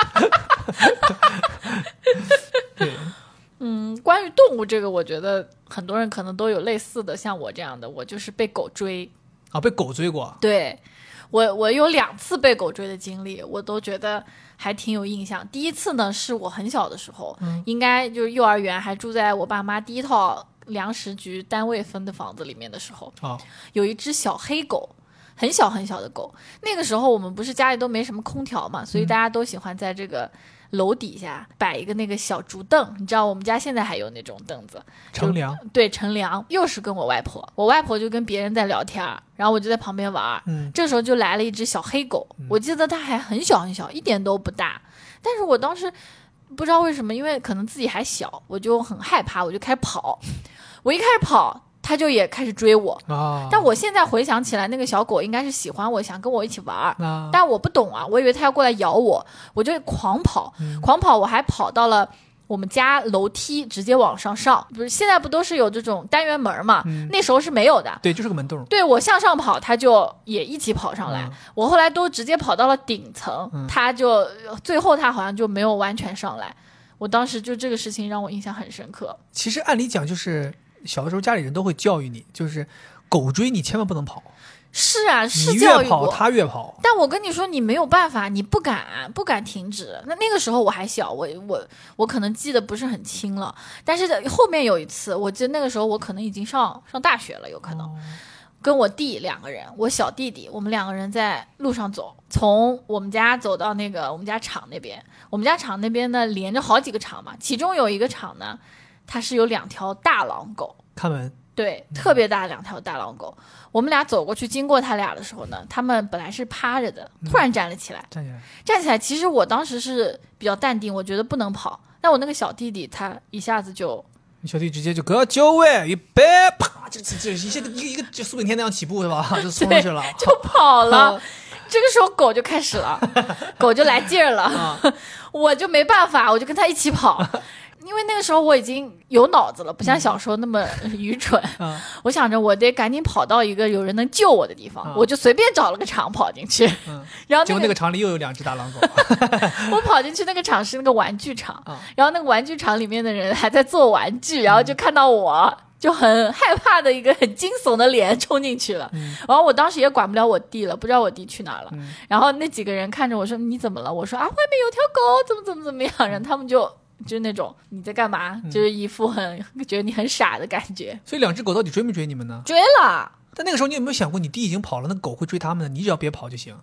对， 关于动物这个，我觉得很多人可能都有类似的，像我这样的，我就是被狗追啊，被狗追过。 对，我有2次被狗追的经历，我都觉得还挺有印象。第一次呢，是我很小的时候，应该就是幼儿园，还住在我爸妈第一套粮食局单位分的房子里面的时候，有一只小黑狗，很小很小的狗。那个时候我们不是家里都没什么空调嘛，所以大家都喜欢在这个楼底下摆一个那个小竹凳，你知道我们家现在还有那种凳子， 乘凉。 对，乘凉。又是跟我外婆就跟别人在聊天，然后我就在旁边玩。这时候就来了一只小黑狗，我记得它还很小很小，一点都不大。但是我当时不知道为什么，因为可能自己还小，我就很害怕，我就开始跑。我一开始跑，它就也开始追我但我现在回想起来，那个小狗应该是喜欢我，想跟我一起玩但我不懂啊，我以为它要过来咬我，我就狂跑，我还跑到了我们家楼梯，直接往上上。不是现在不都是有这种单元门嘛那时候是没有的。 对，就是个门洞。 对，我向上跑，它就也一起跑上来我后来都直接跑到了顶层它就最后它好像就没有完全上来。我当时就这个事情让我印象很深刻。 其实按理讲就是小的时候家里人都会教育你，就是狗追你千万不能跑。 是啊，是你教育越跑它越跑。 但我跟你说，你没有办法，你不敢停止。那个时候我还小，我可能记得不是很清了。但是后面有一次，我记得那个时候我可能已经上大学了，有可能。跟我弟2个人，我小弟弟，我们2个人在路上走，从我们家走到那个我们家厂那边。我们家厂那边呢连着好几个厂嘛，其中有一个厂呢，它是有2条大狼狗看门。 对，特别大2条大狼狗。我们俩走过去经过他俩的时候呢，他们本来是趴着的，突然站了起来。站起来。其实我当时是比较淡定，我觉得不能跑。但我那个小弟弟他一下子就， 小弟直接就搁就位预备啪，就一下一个就苏炳添那样起步是吧？就冲上去了， 就跑了。这个时候狗就开始了，狗就来劲儿了，我就没办法，我就跟他一起跑。因为那个时候我已经有脑子了，不像小时候那么愚蠢。我想着我得赶紧跑到一个有人能救我的地方，我就随便找了个厂跑进去。然后结果那个厂里又有2只大狼狗。 我跑进去，那个厂是那个玩具厂，然后那个玩具厂里面的人还在做玩具，然后就看到我就很害怕的一个很惊悚的脸冲进去了。然后我当时也管不了我弟了，不知道我弟去哪儿了。然后那几个人看着我说你怎么了？我说外面有条狗怎么样。然后他们就是那种你在干嘛，就是一副很觉得你很傻的感觉。 所以2只狗到底追没追你们呢？ 追了。 但那个时候你有没有想过，你弟已经跑了，那狗会追他们的，你只要别跑就行。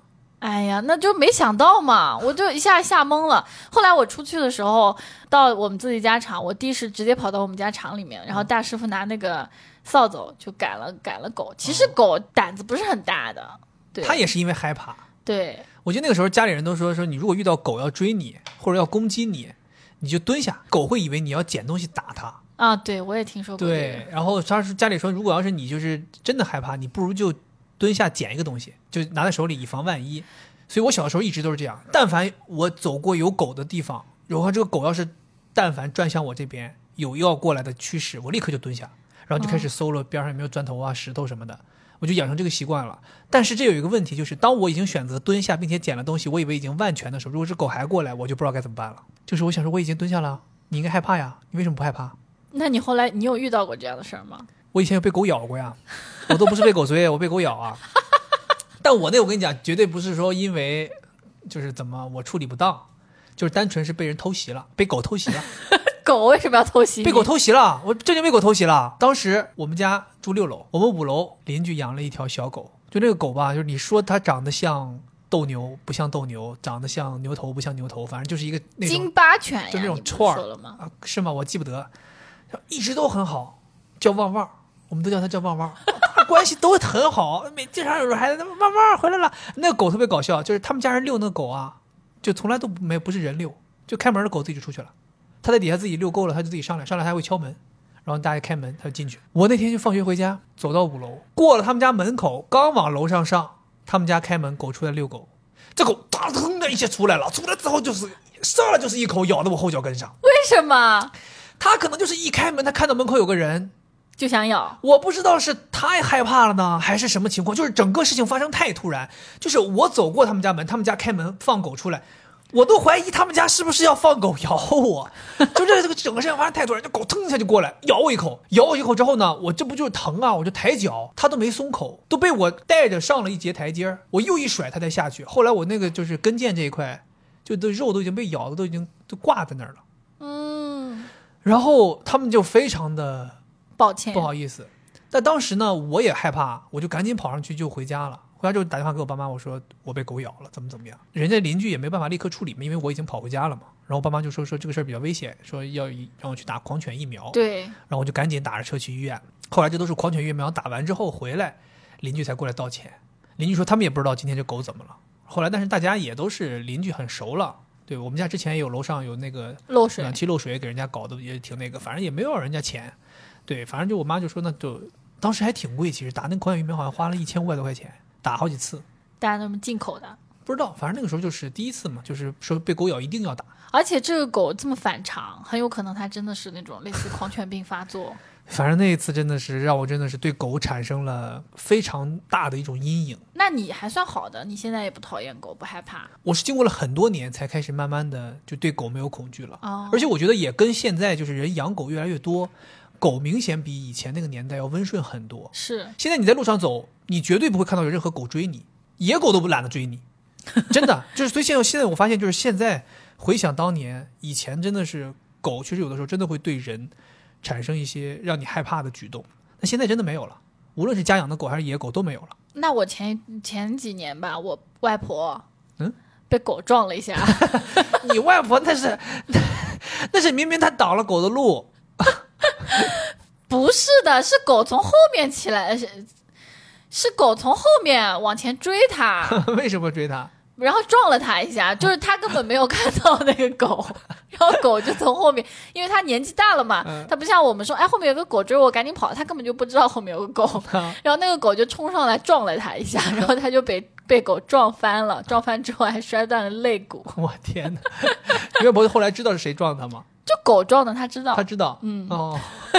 哎呀，那就没想到嘛，我就一下吓懵了。后来我出去的时候，到我们自己家场，我弟是直接跑到我们家场里面，然后大师傅拿那个扫帚就赶了狗。其实狗胆子不是很大的，对， 他也是因为害怕。 对， 我记得那个时候家里人都说你如果遇到狗要追你或者要攻击你，你就蹲下，狗会以为你要捡东西打它。 啊，对，我也听说过、这个。 对，然后他是家里说，如果要是你就是真的害怕，你不如就蹲下捡一个东西，就拿在手里以防万一。所以我小的时候一直都是这样，但凡我走过有狗的地方，然后这个狗要是但凡转向我这边有要过来的趋势，我立刻就蹲下，然后就开始搜了边上有没有砖头啊、石头什么的，我就养成这个习惯了。但是这有一个问题，就是当我已经选择蹲下并且捡了东西，我以为已经万全的时候，如果这狗还过来，我就不知道该怎么办了。就是我想说我已经蹲下了，你应该害怕呀，你为什么不害怕？ 那你后来你有遇到过这样的事儿吗？ 我以前有被狗咬过呀，我都不是被狗追，我被狗咬啊。但我跟你讲，绝对不是说因为就是怎么我处理不当，就是单纯是被人偷袭了，被狗偷袭了。 狗为什么要偷袭你？ 被狗偷袭了，我正经被狗偷袭了。当时我们家住6楼，我们5楼邻居养了一条小狗，就那个狗吧，就是你说它长得像斗牛不像斗牛，长得像牛头不像牛头，反正就是一个那种金巴犬呀， 就那种串儿说了吗？ 啊，是吗？我记不得，一直都很好，叫旺旺，我们都叫它叫旺旺。关系都很好，经常有时候还旺旺回来了。那个狗特别搞笑，就是他们家人遛那个狗啊，就从来都不是人遛，就开门的狗自己就出去了。他在底下自己遛够了，他就自己上来他还会敲门，然后大家开门他就进去。我那天就放学回家，走到5楼，过了他们家门口，刚往楼上上，他们家开门，狗出来遛狗，这狗哒腾的一下出来了，出来之后就是上来就是一口咬到我后脚跟上。 为什么？ 他可能就是一开门，他看到门口有个人。 就想咬， 我不知道是太害怕了呢，还是什么情况，就是整个事情发生太突然，就是我走过他们家门，他们家开门放狗出来，我都怀疑他们家是不是要放狗咬我，就这个整个事情发生太突然，这狗腾一下就过来咬我一口之后呢，我这不就是疼啊，我就抬脚，它都没松口，都被我带着上了一节台阶，我又一甩它才下去。后来我那个就是跟腱这一块，就都肉都已经被咬的都已经都挂在那儿了，然后他们就非常的抱歉， 不好意思。但当时呢，我也害怕，我就赶紧跑上去就回家了。回家就打电话给我爸妈，我说我被狗咬了，怎么样？人家邻居也没办法立刻处理嘛，因为我已经跑回家了嘛。然后我爸妈就说这个事儿比较危险，说要让我去打狂犬疫苗。 对， 然后我就赶紧打着车去医院。后来这都是狂犬疫苗打完之后回来，邻居才过来道歉。邻居说他们也不知道今天这狗怎么了。后来但是大家也都是邻居很熟了。对，我们家之前也有楼上有那个漏水， 暖气漏水给人家搞的也挺那个，反正也没有要人家钱。对，反正就我妈就说那就当时还挺贵，其实打那个狂犬疫苗好像花了1500多块钱，打好几次。 打那么进口的？ 不知道，反正那个时候就是第一次嘛，就是说被狗咬一定要打。 而且这个狗这么反常，很有可能它真的是那种类似狂犬病发作。 反正那一次真的是让我真的是对狗产生了非常大的一种阴影。 那你还算好的，你现在也不讨厌狗，不害怕？ 我是经过了很多年才开始慢慢的就对狗没有恐惧了。而且我觉得也跟现在就是人养狗越来越多，狗明显比以前那个年代要温顺很多。 是， 现在你在路上走，你绝对不会看到有任何狗追你，野狗都不懒得追你，真的就是。所以现在我发现，就是现在回想当年，以前真的是狗确实有的时候真的会对人产生一些让你害怕的举动，那现在真的没有了，无论是家养的狗还是野狗都没有了。 那我前几年吧，我外婆被狗撞了一下。 你外婆那是明明她挡了狗的路。 不是的，是狗从后面起来，是狗从后面往前追他。 为什么追他？ 然后撞了他一下，就是他根本没有看到那个狗，然后狗就从后面，因为他年纪大了嘛，他不像我们说，哎，后面有个狗追我，赶紧跑，他根本就不知道后面有个狗，然后那个狗就冲上来撞了他一下，然后他就被狗撞翻了，撞翻之后还摔断了肋骨。 我天哪！你外婆后来知道是谁撞他吗？ 就狗撞的，他知道。 他知道，哦。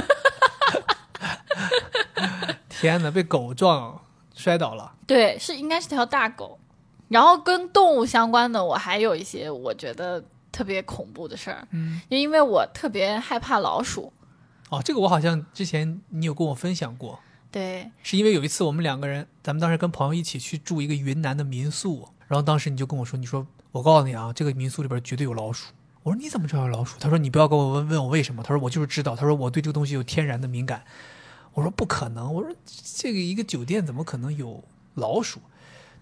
天哪，被狗撞摔倒了。 对，应该是条大狗。然后跟动物相关的，我还有一些我觉得特别恐怖的事儿，因为我特别害怕老鼠。 哦，这个我好像之前你有跟我分享过。 对， 是因为有一次我们2个人，咱们当时跟朋友一起去住一个云南的民宿，然后当时你就跟我说，你说我告诉你啊，这个民宿里边绝对有老鼠。我说你怎么知道有老鼠？他说你不要跟我问我为什么，他说我就是知道，他说我对这个东西有天然的敏感。我说不可能，我说这个一个酒店怎么可能有老鼠？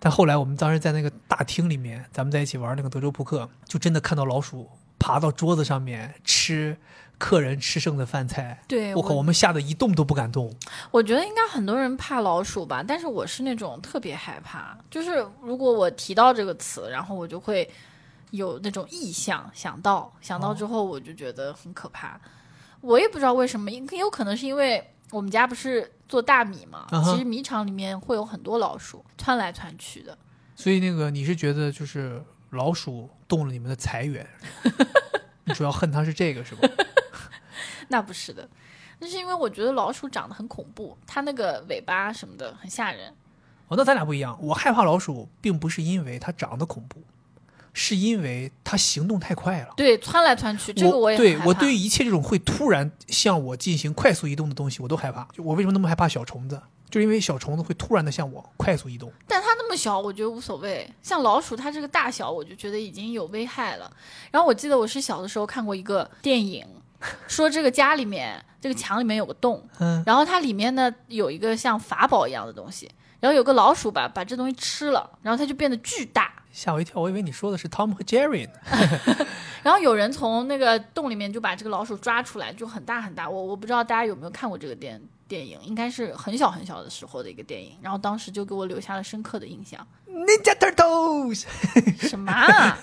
但后来我们当时在那个大厅里面，咱们在一起玩那个德州扑克，就真的看到老鼠爬到桌子上面吃客人吃剩的饭菜。 对， 我靠，我们吓得一动都不敢动。 我觉得应该很多人怕老鼠吧，但是我是那种特别害怕，就是如果我提到这个词，然后我就会有那种意象，想到之后我就觉得很可怕。我也不知道为什么，有可能是因为我们家不是做大米嘛，其实米场里面会有很多老鼠窜来窜去的。 所以那个你是觉得就是老鼠动了你们的财源，你主要恨它是这个是吧？ 那不是的，那是因为我觉得老鼠长得很恐怖，它那个尾巴什么的很吓人。 哦，那咱俩不一样，我害怕老鼠并不是因为它长得恐怖，是因为它行动太快了。 对，窜来窜去，这个我也很害怕。 我对于一切这种会突然向我进行快速移动的东西我都害怕。就我为什么那么害怕小虫子，就是因为小虫子会突然的向我快速移动。 但它那么小我觉得无所谓，像老鼠它这个大小我就觉得已经有危害了。然后我记得我是小的时候看过一个电影，说这个家里面这个墙里面有个洞，然后它里面呢有一个像法宝一样的东西，然后有个老鼠吧把这东西吃了，然后它就变得巨大。 吓我一跳，我以为你说的是 Tom 和 Jerry 呢。 然后有人从那个洞里面就把这个老鼠抓出来，就很大很大。我不知道大家有没有看过这个电影，应该是很小很小的时候的一个电影，然后当时就给我留下了深刻的印象。 Ninja Turtles 什么啊？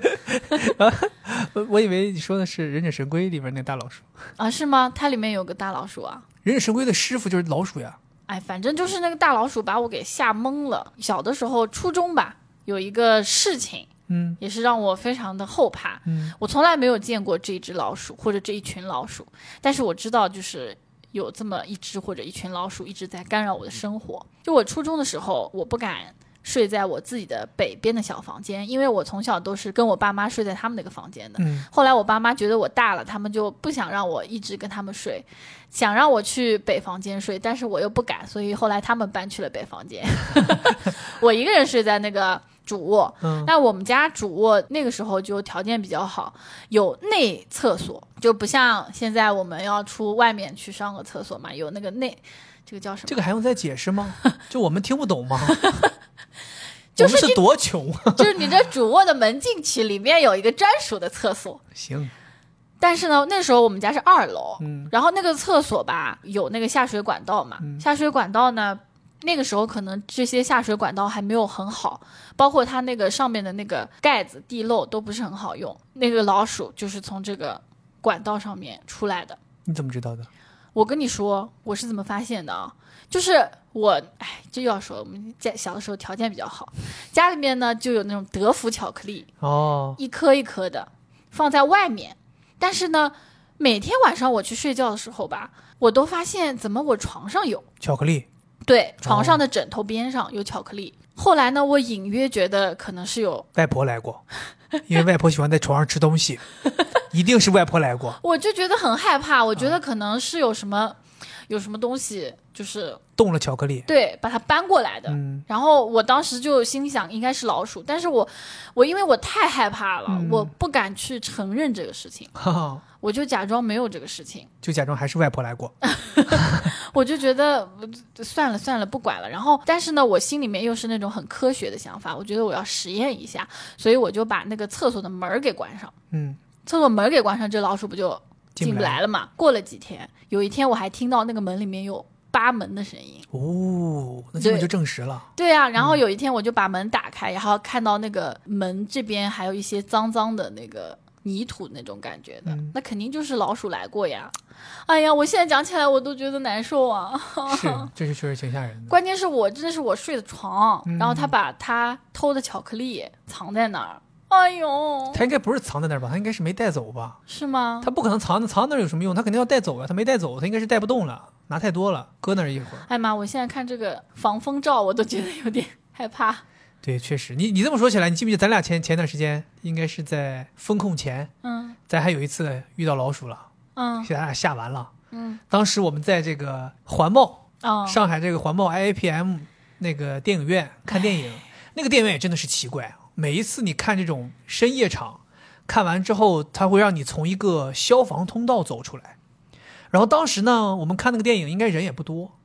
我以为你说的是忍者神龟里边那大老鼠啊？是吗？它里面有个大老鼠啊？ 忍者神龟的师傅就是老鼠呀。 哎，反正就是那个大老鼠把我给吓懵了。小的时候初中吧，有一个事情也是让我非常的后怕。我从来没有见过这一只老鼠或者这一群老鼠，但是我知道就是有这么一只或者一群老鼠一直在干扰我的生活。就我初中的时候，我不敢睡在我自己的北边的小房间，因为我从小都是跟我爸妈睡在他们那个房间的。后来我爸妈觉得我大了，他们就不想让我一直跟他们睡，想让我去北房间睡，但是我又不敢，所以后来他们搬去了北房间。我一个人睡在那个主卧。那我们家主卧那个时候就条件比较好，有内厕所，就不像现在我们要出外面去上个厕所嘛，有那个内，这个叫什么？ 这个还用再解释吗？就我们听不懂吗？ 就是我们是多穷。 就是你这主卧的门进去，里面有一个专属的厕所。 行。 但是呢，那时候我们家是2楼，然后那个厕所吧有那个下水管道嘛，下水管道呢，那个时候可能这些下水管道还没有很好，包括它那个上面的那个盖子地漏都不是很好用。那个老鼠就是从这个管道上面出来的。 你怎么知道的？ 我跟你说我是怎么发现的啊，就是我这要说我们家小的时候条件比较好，家里面呢就有那种德芙巧克力，一颗一颗的放在外面，但是呢每天晚上我去睡觉的时候吧，我都发现怎么我床上有巧克力。 对，床上的枕头边上有巧克力。后来呢我隐约觉得可能是有外婆来过，因为外婆喜欢在床上吃东西。一定是外婆来过。 我就觉得很害怕，我觉得可能是有什么东西就是动了巧克力， 对，把它搬过来的。然后我当时就心想应该是老鼠，但是我因为我太害怕了，我不敢去承认这个事情。我就假装没有这个事情， 就假装还是外婆来过。 我就觉得算了不管了。然后但是呢我心里面又是那种很科学的想法，我觉得我要实验一下，所以我就把那个厕所的门给关上。厕所门给关上，这老鼠不就进不来了嘛？过了几天，有一天我还听到那个门里面有扒门的声音。 那这个就证实了。 对啊，然后有一天我就把门打开，然后看到那个门这边还有一些脏脏的那个泥土那种感觉的，那肯定就是老鼠来过呀。哎呀，我现在讲起来我都觉得难受啊。 是，这是确实挺吓人的。 关键是这是我睡的床，然后他把他偷的巧克力藏在那儿。哎呦， 他应该不是藏在那儿吧？他应该是没带走吧？ 是吗？ 他不可能藏那儿有什么用？他肯定要带走啊！他没带走，他应该是带不动了，拿太多了，搁那儿一会儿。 哎妈，我现在看这个防风罩，我都觉得有点害怕。 对，确实，你这么说起来，你记不记得咱俩前段时间应该是在风控前，咱还有一次遇到老鼠了，咱俩吓完了，当时我们在这个环贸，上海这个环贸 IAPM 那个电影院看电影，那个电影院也真的是奇怪。每一次你看这种深夜场，看完之后它会让你从一个消防通道走出来，然后当时呢我们看那个电影应该人也不多，然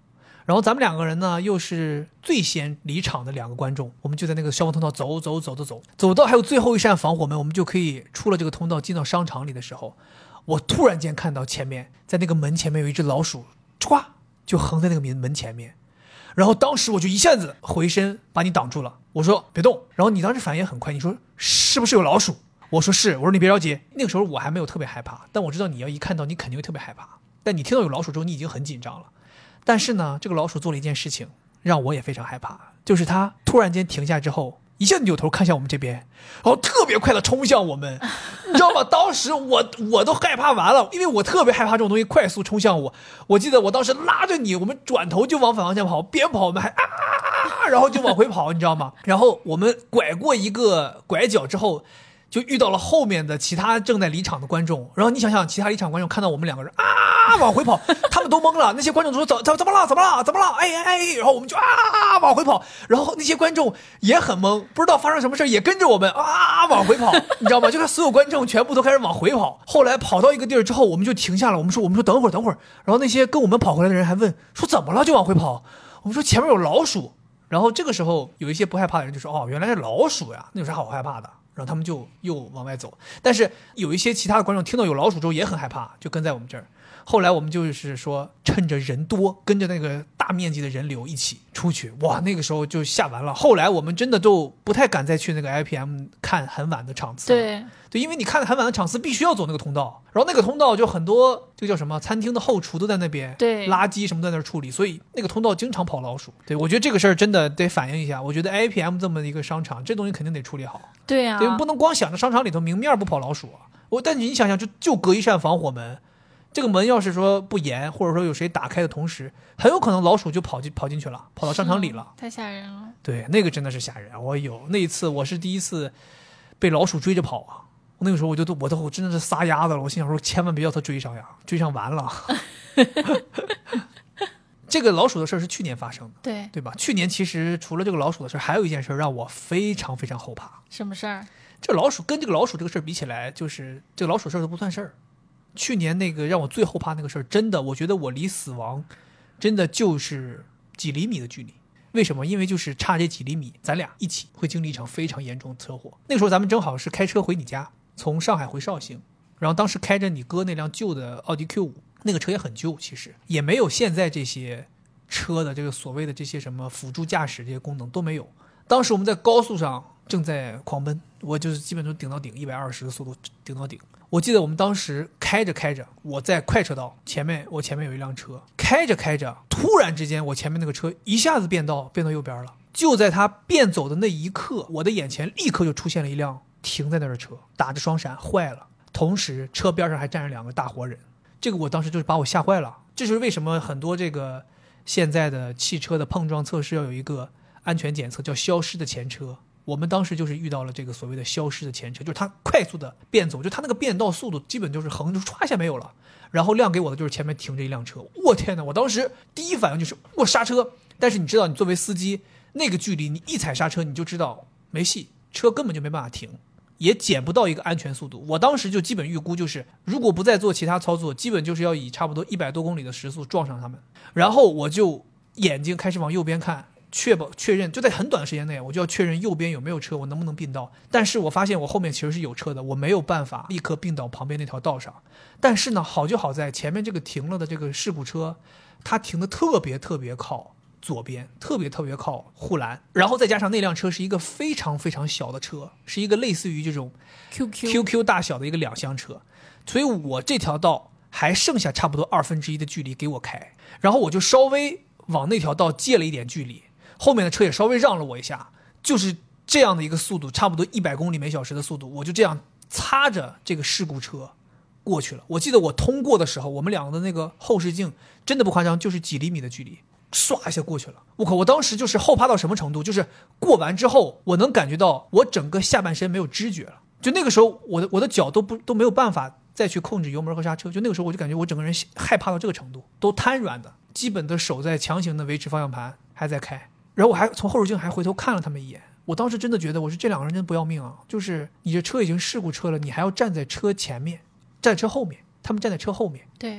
然后咱们两个人呢又是最先离场的2个观众，我们就在那个消防通道走到还有最后一扇防火门，我们就可以出了这个通道进到商场里的时候，我突然间看到前面在那个门前面有一只老鼠，唰就横在那个门前面，然后当时我就一下子回身把你挡住了，我说别动，然后你当时反应很快，你说是不是有老鼠？我说是，我说你别着急。那个时候我还没有特别害怕，但我知道你要一看到你肯定会特别害怕，但你听到有老鼠之后你已经很紧张了。但是呢，这个老鼠做了一件事情让我也非常害怕，就是它突然间停下之后一下子扭头看向我们这边，然后特别快的冲向我们，你知道吗？当时我都害怕完了，因为我特别害怕这种东西快速冲向我。我记得我当时拉着你，我们转头就往反方向跑，边跑我们还然后就往回跑，你知道吗？然后我们拐过一个拐角之后，就遇到了后面的其他正在离场的观众。然后你想想，其他离场观众看到我们2个人往回跑，他们都懵了。那些观众都说怎么了？哎，然后我们就往回跑。然后那些观众也很懵，不知道发生什么事，也跟着我们往回跑，你知道吗？就看所有观众全部都开始往回跑。后来跑到一个地儿之后，我们就停下了。我们说等会儿。然后那些跟我们跑回来的人还问说怎么了就往回跑。我们说前面有老鼠。然后这个时候有一些不害怕的人就说原来是老鼠呀，那有啥好害怕的？然后他们就又往外走。但是有一些其他的观众听到有老鼠之后也很害怕，就跟在我们这儿。后来我们就是说趁着人多，跟着那个大面积的人流一起出去。哇，那个时候就吓完了。后来我们真的都不太敢再去那个 IPM 看很晚的场次。对，因为你看很晚的场次必须要走那个通道，然后那个通道就很多这个叫什么餐厅的后厨都在那边， 对， 垃圾什么都在那儿处理，所以那个通道经常跑老鼠。对，我觉得这个事儿真的得反映一下。我觉得 IPM 这么一个商场，这东西肯定得处理好。 对啊， 对，不能光想着商场里头明面不跑老鼠但你想想，就隔一扇防火门，这个门要是说不严，或者说有谁打开的同时，很有可能老鼠就跑进去了，跑到商场里了， 太吓人了。 对，那个真的是吓人。那一次我是第一次被老鼠追着跑啊。那个时候我真的是撒丫子了，我心想说千万别叫他追上呀，追上完了。这个老鼠的事是去年发生的，对吧？去年其实除了这个老鼠的事，还有一件事让我非常非常后怕。 什么事儿？ 这老鼠跟这个老鼠这个事儿比起来，就是这个老鼠事儿都不算事儿。去年那个让我最后怕那个事儿，真的，我觉得我离死亡真的就是几厘米的距离。为什么？因为就是差这几厘米，咱俩一起会经历一场非常严重的车祸。那个时候咱们正好是开车回你家，从上海回绍兴，然后当时开着你哥那辆旧的奥迪 Q5，那个车也很旧，其实也没有现在这些车的这个所谓的这些什么辅助驾驶这些功能都没有。当时我们在高速上正在狂奔，我就是基本都顶到顶，120的速度顶到顶。我记得我们当时开着，我在快车道我前面有一辆车，开着，突然之间我前面那个车一下子变到右边了。就在它变走的那一刻，我的眼前立刻就出现了一辆停在那儿的车，打着双闪坏了，同时车边上还站着2个大活人。这个我当时就是把我吓坏了。这是为什么很多这个现在的汽车的碰撞测试要有一个安全检测叫消失的前车。我们当时就是遇到了这个所谓的消失的前车，就是它快速的变走，就它那个变道速度基本就是横就唰一下没有了，然后亮给我的就是前面停着一辆车。我天哪，我当时第一反应就是我刹车，但是你知道你作为司机那个距离你一踩刹车你就知道没戏，车根本就没办法停，也减不到一个安全速度。我当时就基本预估就是如果不再做其他操作，基本就是要以差不多100多公里的时速撞上他们。然后我就眼睛开始往右边看，确认就在很短的时间内我就要确认右边有没有车，我能不能并道。但是我发现我后面其实是有车的，我没有办法立刻并到旁边那条道上。但是呢，好就好在前面这个停了的这个事故车，它停的特别靠左边，特别靠护栏，然后再加上那辆车是一个非常非常小的车，是一个类似于这种 QQ 大小的一个2厢车，所以我这条道还剩下差不多1/2的距离给我开，然后我就稍微往那条道借了一点距离，后面的车也稍微让了我一下，就是这样的一个速度，差不多100公里每小时的速度，我就这样擦着这个事故车过去了。我记得我通过的时候，我们2个的那个后视镜真的不夸张，就是几厘米的距离，唰一下过去了。我靠，我当时就是后怕到什么程度，就是过完之后我能感觉到我整个下半身没有知觉了，就那个时候我的脚都没有办法再去控制油门和刹车，就那个时候我就感觉我整个人害怕到这个程度，都瘫软的，基本的手在强行的维持方向盘还在开。然后我还从后视镜还回头看了他们一眼，我当时真的觉得我说这2个人真不要命啊，就是你这车已经事故车了，你还要站在车前面，站车后面，他们站在车后面。 对，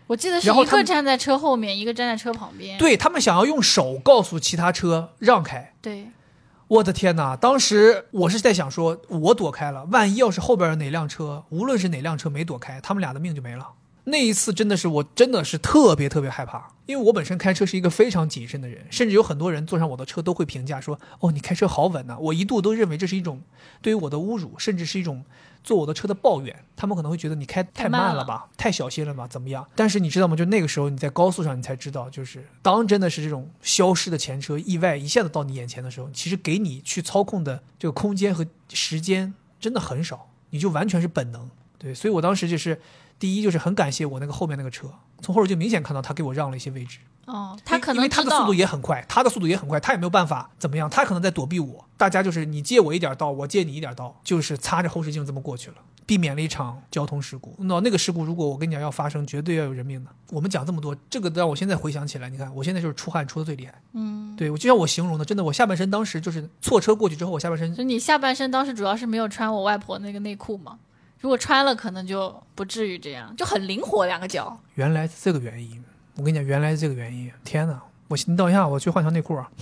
我记得是一然后他们个站在车后面，一个站在车旁边。 对，他们想要用手告诉其他车让开。 对， 我的天哪！当时我是在想说，我躲开了，万一要是后边哪辆车，无论是哪辆车没躲开，他们俩的命就没了。那一次真的是我真的是特别特别害怕，因为我本身开车是一个非常谨慎的人，甚至有很多人坐上我的车都会评价说，哦，你开车好稳呐。我一度都认为这是一种对于我的侮辱，甚至是一种坐我的车的抱怨。他们可能会觉得你开太慢了吧，太小心了吧，怎么样？但是你知道吗？就那个时候你在高速上，你才知道，就是当真的是这种消失的前车意外一下子到你眼前的时候，其实给你去操控的这个空间和时间真的很少，你就完全是本能。对，所以我当时就是第一就是很感谢我那个后面那个车，从后边就明显看到他给我让了一些位置。 哦，他可能因为他的速度也很快，他也没有办法怎么样，他可能在躲避我。大家就是你借我一点道，我借你一点道，就是擦着后视镜这么过去了，避免了一场交通事故。那个事故如果我跟你讲要发生，绝对要有人命的。我们讲这么多，这个让我现在回想起来，你看我现在就是出汗出的最厉害。对，我就像我形容的，真的，我下半身当时就是错车过去之后，我下半身就你下半身当时主要是没有穿我外婆那个内裤嘛。如果穿了，可能就不至于这样，就很灵活两个脚。 原来是这个原因，我跟你讲，原来是这个原因。天哪，你等一下，我去换条内裤啊。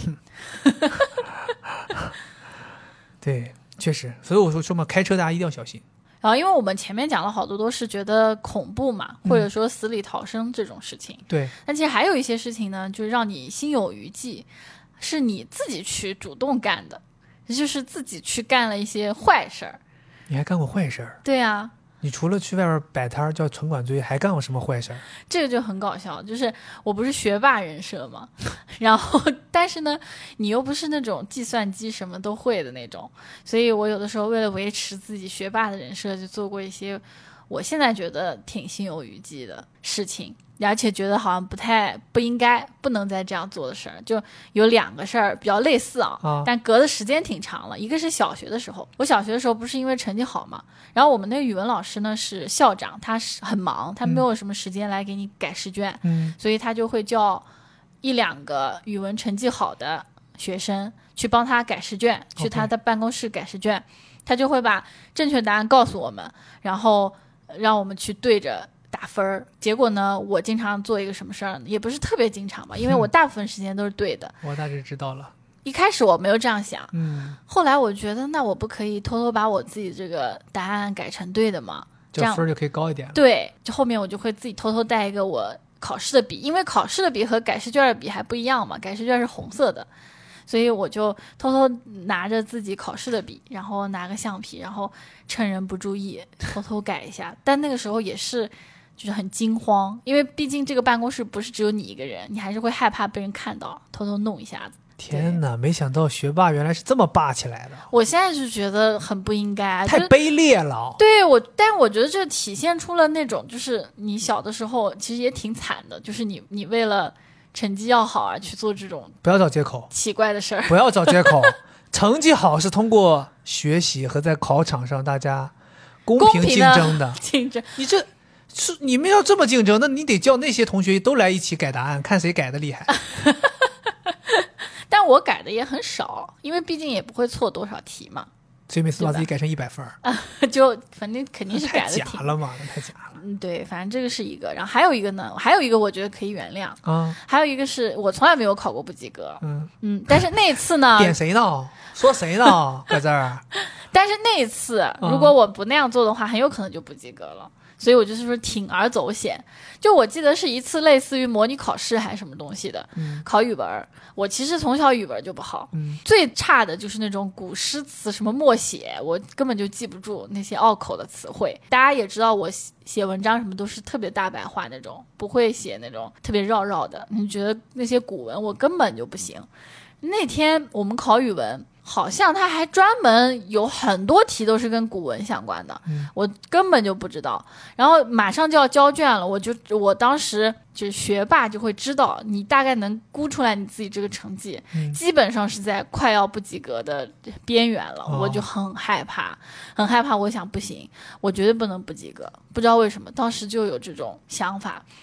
对，确实，所以我说嘛，开车大家一定要小心。 然后，因为我们前面讲了好多都是觉得恐怖嘛，或者说死里逃生这种事情。 对， 但其实还有一些事情呢，就是让你心有余悸，是你自己去主动干的，也就是自己去干了一些坏事儿。 你还干过坏事儿？ 对啊， 你除了去外边摆摊叫城管追，还干过什么坏事儿？ 这个就很搞笑，就是我不是学霸人设嘛，然后但是呢，你又不是那种计算机什么都会的那种，所以我有的时候为了维持自己学霸的人设，就做过一些我现在觉得挺心有余悸的事情。而且觉得好像不应该不能再这样做的事儿，就有2个事儿比较类似啊，但隔的时间挺长了。一个是小学的时候，我小学的时候不是因为成绩好嘛，然后我们那个语文老师呢是校长，他是很忙，他没有什么时间来给你改试卷，所以他就会叫1-2个语文成绩好的学生去帮他改试卷，去他的办公室改试卷，他就会把正确答案告诉我们，然后让我们去对着打分。结果呢，我经常做一个什么事儿，也不是特别经常吧，因为我大部分时间都是对的。 我大致知道了。 一开始我没有这样想，后来我觉得那我不可以偷偷把我自己这个答案改成对的吗？这样分就可以高一点了。 对，就后面我就会自己偷偷带一个我考试的笔，因为考试的笔和改试卷的笔还不一样嘛，改试卷是红色的，所以我就偷偷拿着自己考试的笔，然后拿个橡皮，然后趁人不注意偷偷改一下。但那个时候也是就是很惊慌，因为毕竟这个办公室不是只有你一个人，你还是会害怕被人看到，偷偷弄一下子。 天哪，没想到学霸原来是这么霸起来的。 我现在就觉得很不应该， 太卑劣了。 对，但我觉得这体现出了那种就是你小的时候其实也挺惨的，就是你为了成绩要好而去做这种不要找借口奇怪的事儿， 不要找借口。成绩好是通过学习和在考场上大家公平竞争的。 竞争， 你们要这么竞争，那你得叫那些同学都来一起改答案，看谁改的厉害。 但我改的也很少，因为毕竟也不会错多少题嘛。 所以每次把自己改成100分就反正肯定是改的挺太假了嘛，那太假了。 对，反正这个是一个，然后还有一个呢，还有一个我觉得可以原谅啊， 还有一个是我从来没有考过不及格，但是那一次呢， 点谁呢？说谁呢？搁这儿。 但是那一次，如果我不那样做的话，很有可能就不及格了。所以我就是说铤而走险，就我记得是一次类似于模拟考试还是什么东西的，考语文。我其实从小语文就不好，最差的就是那种古诗词什么默写，我根本就记不住那些拗口的词汇。大家也知道我写文章什么都是特别大白话那种，不会写那种特别绕绕的。你觉得那些古文我根本就不行。那天我们考语文，好像他还专门有很多题都是跟古文相关的，我根本就不知道。然后马上就要交卷了，我当时就是学霸，就会知道你大概能估出来你自己这个成绩，基本上是在快要不及格的边缘了，我就很害怕，很害怕。我想不行，我绝对不能不及格，不知道为什么当时就有这种想法。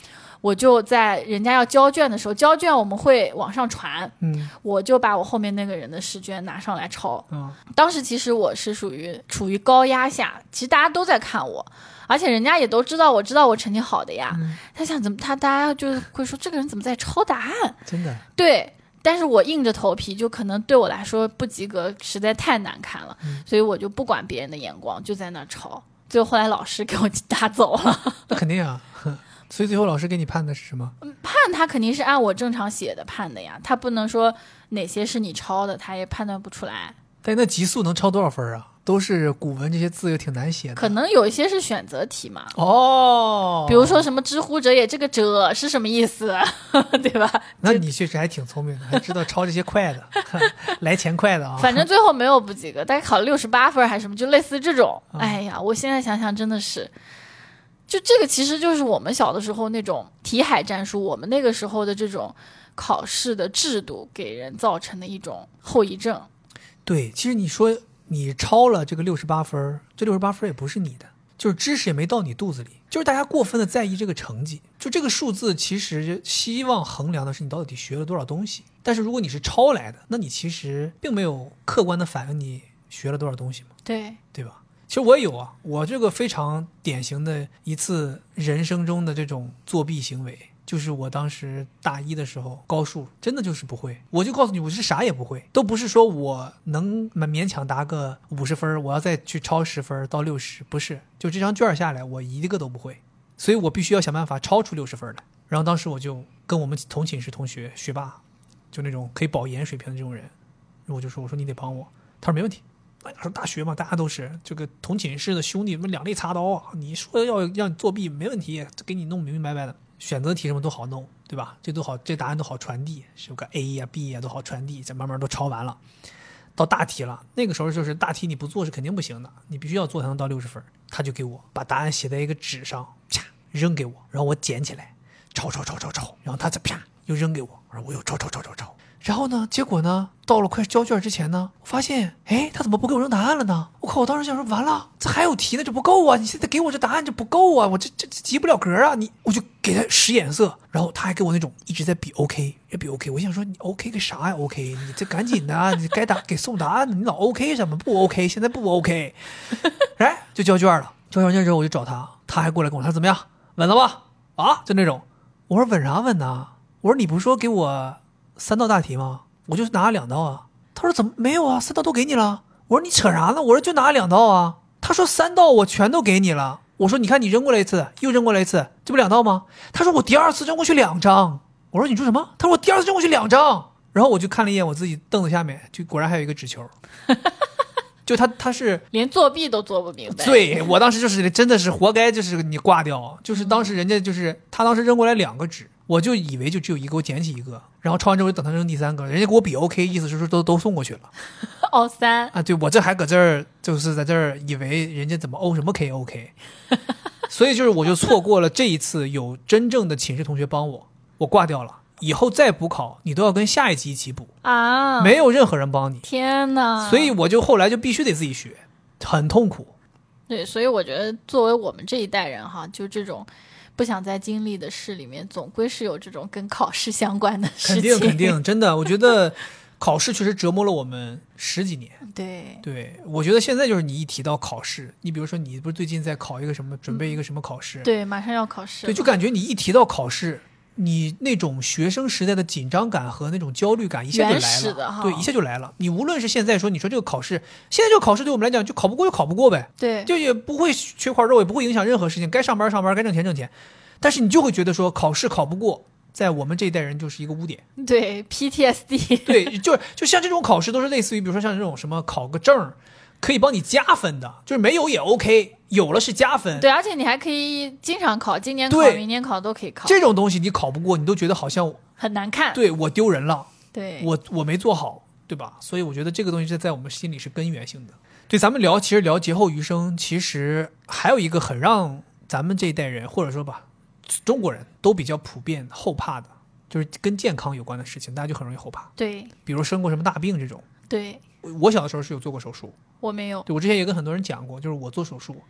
我就在人家要交卷的时候，交卷我们会往上传，我就把我后面那个人的试卷拿上来抄。当时其实我是处于高压下，其实大家都在看我，而且人家也都知道我成绩好的呀。他想大家就会说这个人怎么在抄答案？ 真的对。但是我硬着头皮，就可能对我来说不及格实在太难看了，所以我就不管别人的眼光，就在那抄。最后来老师给我打走了。 那肯定啊。所以最后老师给你判的是什么？ 判他肯定是按我正常写的判的呀，他不能说哪些是你抄的，他也判断不出来。 但那极速能抄多少分啊？都是古文，这些字又挺难写的。 可能有一些是选择题嘛。 哦， 比如说什么知乎者也，这个者是什么意思？对吧？ 那你确实还挺聪明的，还知道抄这些快的，来钱快的啊。 反正最后没有不及格，大概考了68分还是什么，就类似这种。哎呀，我现在想想真的是，就这个其实就是我们小的时候那种题海战术，我们那个时候的这种考试的制度给人造成的一种后遗症。 对，其实你说你抄了这个68分，这68分也不是你的，就是知识也没到你肚子里，就是大家过分的在意这个成绩，就这个数字其实希望衡量的是你到底学了多少东西。但是如果你是抄来的，那你其实并没有客观的反映你学了多少东西嘛，对吧？其实我也有啊，我这个非常典型的一次人生中的这种作弊行为，就是我当时大一的时候，高数真的就是不会，我就告诉你，我是啥也不会，都不是说我能勉强答个50分，我要再去抄10分到60，不是，就这张卷下来，我一个都不会，所以我必须要想办法抄出60分来。然后当时我就跟我们同寝室同学学霸，就那种可以保研水平的这种人，我就说，我说你得帮我，他说没问题。说大学嘛，大家都是这个同寝室的兄弟们，两肋插刀啊！你说要让你作弊没问题，给你弄明明白白的。选择题什么都好弄，对吧？这都好，这答案都好传递，是有个 A 呀、B 呀都好传递，这慢慢都抄完了。到大题了，那个时候就是大题你不做是肯定不行的，你必须要做才能到60分。他就给我把答案写在一个纸上，啪扔给我，然后我捡起来，抄，然后他再啪又扔给我，然后我又抄。然后呢，结果呢，到了快交卷之前呢，我发现，哎，他怎么不给我扔答案了呢？我靠！我当时想说，完了，这还有题呢，这不够啊！你现在给我这答案，这不够啊！我这及不了格啊！我就给他使眼色，然后他还给我那种一直在比 OK， 也比 OK。我想说，你 OK 个啥呀 ？OK， 你这赶紧的啊！你该给送答案的，你老 OK 什么？不 OK， 现在不 OK。哎，就交卷了。交完卷之后我就找他，他还过来跟我说，他怎么样？稳了吧？啊，就那种。我说稳啥稳呢？我说你不是说给我3道大题吗？我就拿了2道啊。他说怎么没有啊？3道都给你了。我说你扯啥呢？我说就拿了2道啊。他说3道我全都给你了。我说你看你扔过来一次，又扔过来一次，这不2道吗？他说我第2次扔过去2张。我说你说什么？他说我第2次扔过去2张。然后我就看了一眼我自己凳子下面，就果然还有一个纸球。就他是连作弊都做不明白。 对，我当时就是真的是活该，就是你挂掉。就是当时人家就是他当时扔过来2个纸，我就以为就只有一个，我捡起一个，然后抄完之后就等他扔第3个，人家给我比 OK， 意思是说都送过去了。 哦3 啊，对，我这还搁这儿就是在这儿以为人家怎么 O 什么 OK， 所以就是我就错过了这一次有真正的寝室同学帮我挂掉了。以后再补考，你都要跟下一期一起补啊， 没有任何人帮你。 天哪！ 所以我就后来就必须得自己学，很痛苦。 对，所以我觉得作为我们这一代人哈，就这种不想再经历的事里面，总归是有这种跟考试相关的事情。 肯定，真的，我觉得考试确实折磨了我们10几年。对，我觉得现在就是你一提到考试，你比如说你不是最近在考一个什么，准备一个什么考试？ 对，马上要考试。 对，就感觉你一提到考试，你那种学生时代的紧张感和那种焦虑感一下就来了，对，一下就来了。你无论是现在说，你说这个考试，现在这个考试对我们来讲，就考不过就考不过呗， 对， 就也不会缺块肉，也不会影响任何事情，该上班上班，该挣钱挣钱。但是你就会觉得说，考试考不过，在我们这一代人就是一个污点， 对 PTSD， 对，就像这种考试都是类似于，比如说像这种什么考个证可以帮你加分的，就是没有也 OK， 有了是加分。 对，而且你还可以经常考，今年考明年考都可以考。 这种东西你考不过，你都觉得好像很难看， 对，我丢人了， 对， 我没做好，对吧？所以我觉得这个东西是在我们心里是根源性的。对，咱们其实聊劫后余生，其实还有一个很让咱们这一代人或者说吧中国人都比较普遍后怕的，就是跟健康有关的事情，大家就很容易后怕。 对， 比如生过什么大病这种。 对， 我小的时候是有做过手术， 我没有。 对，我之前也跟很多人讲过，就是我做手术，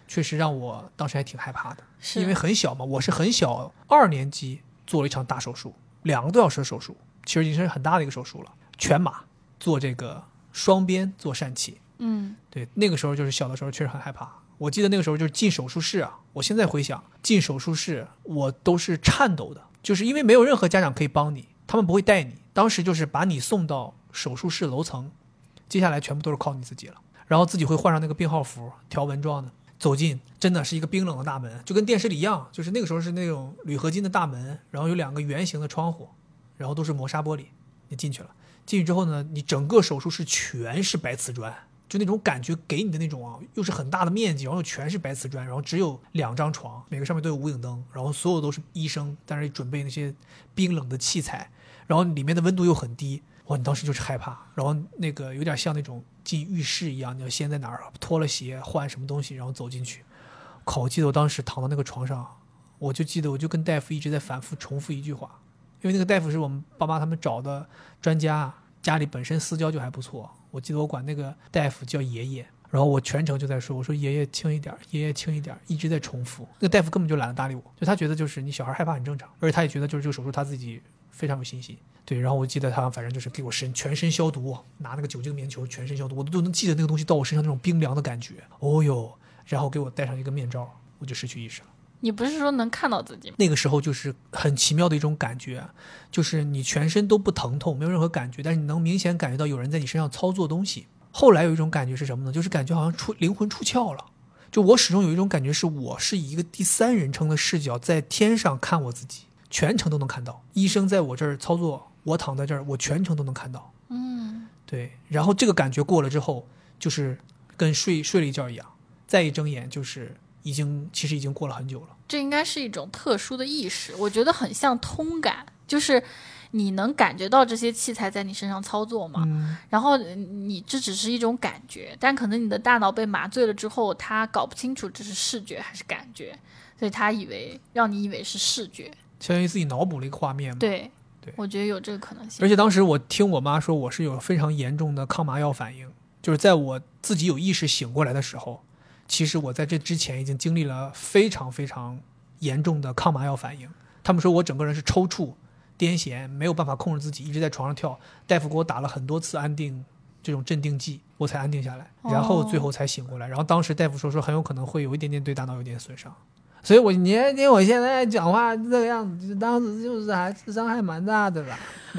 确实让我当时还挺害怕的， 是因为很小嘛，我是很小，2年级做了一场大手术，2个多小时的手术，其实已经是很大的一个手术了，全麻做这个双边做疝气。对，那个时候就是小的时候确实很害怕。我记得那个时候就是进手术室啊，我现在回想进手术室我都是颤抖的，就是因为没有任何家长可以帮你，他们不会带你，当时就是把你送到手术室楼层，接下来全部都是靠你自己了，然后自己会换上那个病号服，条纹状的，走进真的是一个冰冷的大门，就跟电视里一样，就是那个时候是那种铝合金的大门，然后有2个圆形的窗户，然后都是磨砂玻璃，你进去了，进去之后呢，你整个手术室全是白瓷砖，就那种感觉给你的那种啊，又是很大的面积，然后全是白瓷砖，然后只有2张床，每个上面都有无影灯，然后所有都是医生在那里准备那些冰冷的器材，然后里面的温度又很低，哇，你当时就是害怕，然后那个有点像那种进浴室一样，你要先在哪儿脱了鞋换什么东西，然后走进去。靠，我记得我当时躺到那个床上，我就跟大夫一直在反复重复一句话，因为那个大夫是我们爸妈他们找的专家，家里本身私交就还不错，我记得我管那个大夫叫爷爷，然后我全程就在说，我说爷爷轻一点，爷爷轻一点，一直在重复。那个大夫根本就懒得搭理我，就他觉得就是你小孩害怕很正常，而且他也觉得就是这个手术他自己非常有信心。对，然后我记得他反正就是给我全身消毒，拿那个酒精棉球全身消毒，我都能记得那个东西到我身上那种冰凉的感觉。哦哟，然后给我戴上一个面罩，我就失去意识了。 你不是说能看到自己吗？ 那个时候就是很奇妙的一种感觉，就是你全身都不疼痛，没有任何感觉，但是你能明显感觉到有人在你身上操作东西。后来有一种感觉是什么呢？就是感觉好像灵魂出窍了。就我始终有一种感觉是我是以一个第3人称的视角在天上看我自己，全程都能看到。医生在我这儿操作，我躺在这儿，我全程都能看到。对。然后这个感觉过了之后，就是跟睡了一觉一样，再一睁眼就是其实已经过了很久了。 这应该是一种特殊的意识，我觉得很像通感，就是你能感觉到这些器材在你身上操作吗？然后你这只是一种感觉，但可能你的大脑被麻醉了之后，他搞不清楚这是视觉还是感觉，所以他让你以为是视觉， 相当于自己脑补了一个画面嘛。 对，我觉得有这个可能性。 而且当时我听我妈说我是有非常严重的抗麻药反应，就是在我自己有意识醒过来的时候，其实我在这之前已经经历了非常非常严重的抗麻药反应。他们说我整个人是抽搐、癫痫，没有办法控制自己，一直在床上跳。大夫给我打了很多次安定这种镇定剂，我才安定下来，然后最后才醒过来。然后当时大夫说很有可能会有一点点对大脑有点损伤。所以你听我现在讲话这个样子，当时就是还智商还蛮大的啦。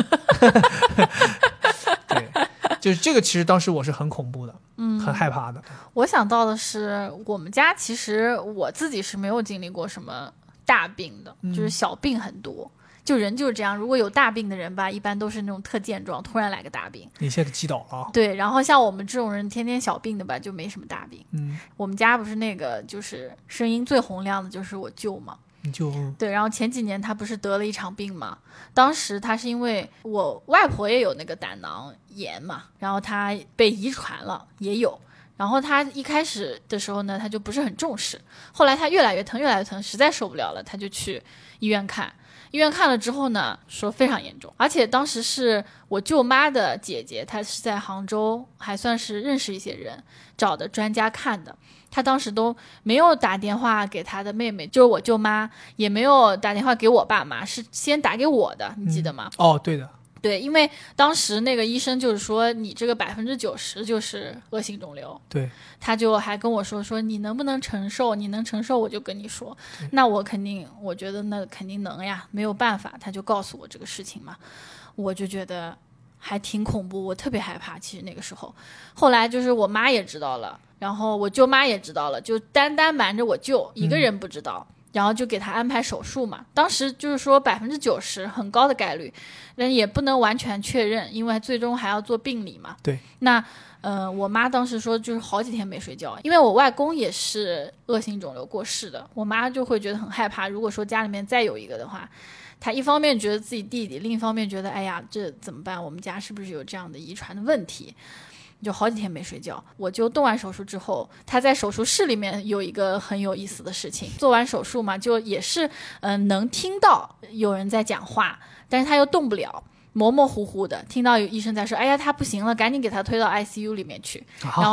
对，就是这个其实当时我是很恐怖的，很害怕的。 我想到的是我们家其实我自己是没有经历过什么大病的，就是小病很多，就人就是这样，如果有大病的人吧，一般都是那种特健壮，突然来个大病， 你现在击倒了。 对，然后像我们这种人天天小病的吧，就没什么大病。我们家不是那个就是声音最洪亮的就是我舅嘛，对，然后前几年他不是得了一场病嘛，当时他是因为我外婆也有那个胆囊炎嘛，然后他被遗传了也有，然后他一开始的时候呢他就不是很重视，后来他越来越疼，实在受不了了，他就去医院看了之后呢说非常严重，而且当时是我舅妈的姐姐，她是在杭州还算是认识一些人找的专家看的，他当时都没有打电话给他的妹妹，就是我舅妈，也没有打电话给我爸妈，是先打给我的，你记得吗？ 对的， 对，因为当时那个医生就是说你这个90%就是恶性肿瘤， 对， 他就还跟我说你能不能承受，你能承受我就跟你说，那我觉得那肯定能呀，没有办法，他就告诉我这个事情嘛，我就觉得还挺恐怖，我特别害怕。其实那个时候，后来就是我妈也知道了，然后我舅妈也知道了，就单瞒着我舅一个人不知道，然后就给他安排手术嘛。当时就是说90%很高的概率，但也不能完全确认，因为最终还要做病理嘛。 对， 那我妈当时说就是好几天没睡觉，因为我外公也是恶性肿瘤过世的，我妈就会觉得很害怕，如果说家里面再有一个的话，他一方面觉得自己弟弟，另一方面觉得哎呀这怎么办，我们家是不是有这样的遗传的问题，就好几天没睡觉。我就动完手术之后，他在手术室里面有一个很有意思的事情，做完手术嘛，就也是能听到有人在讲话，但是他又动不了，模模糊糊的听到有医生在说哎呀他不行了，赶紧给他推到 ICU 里面去，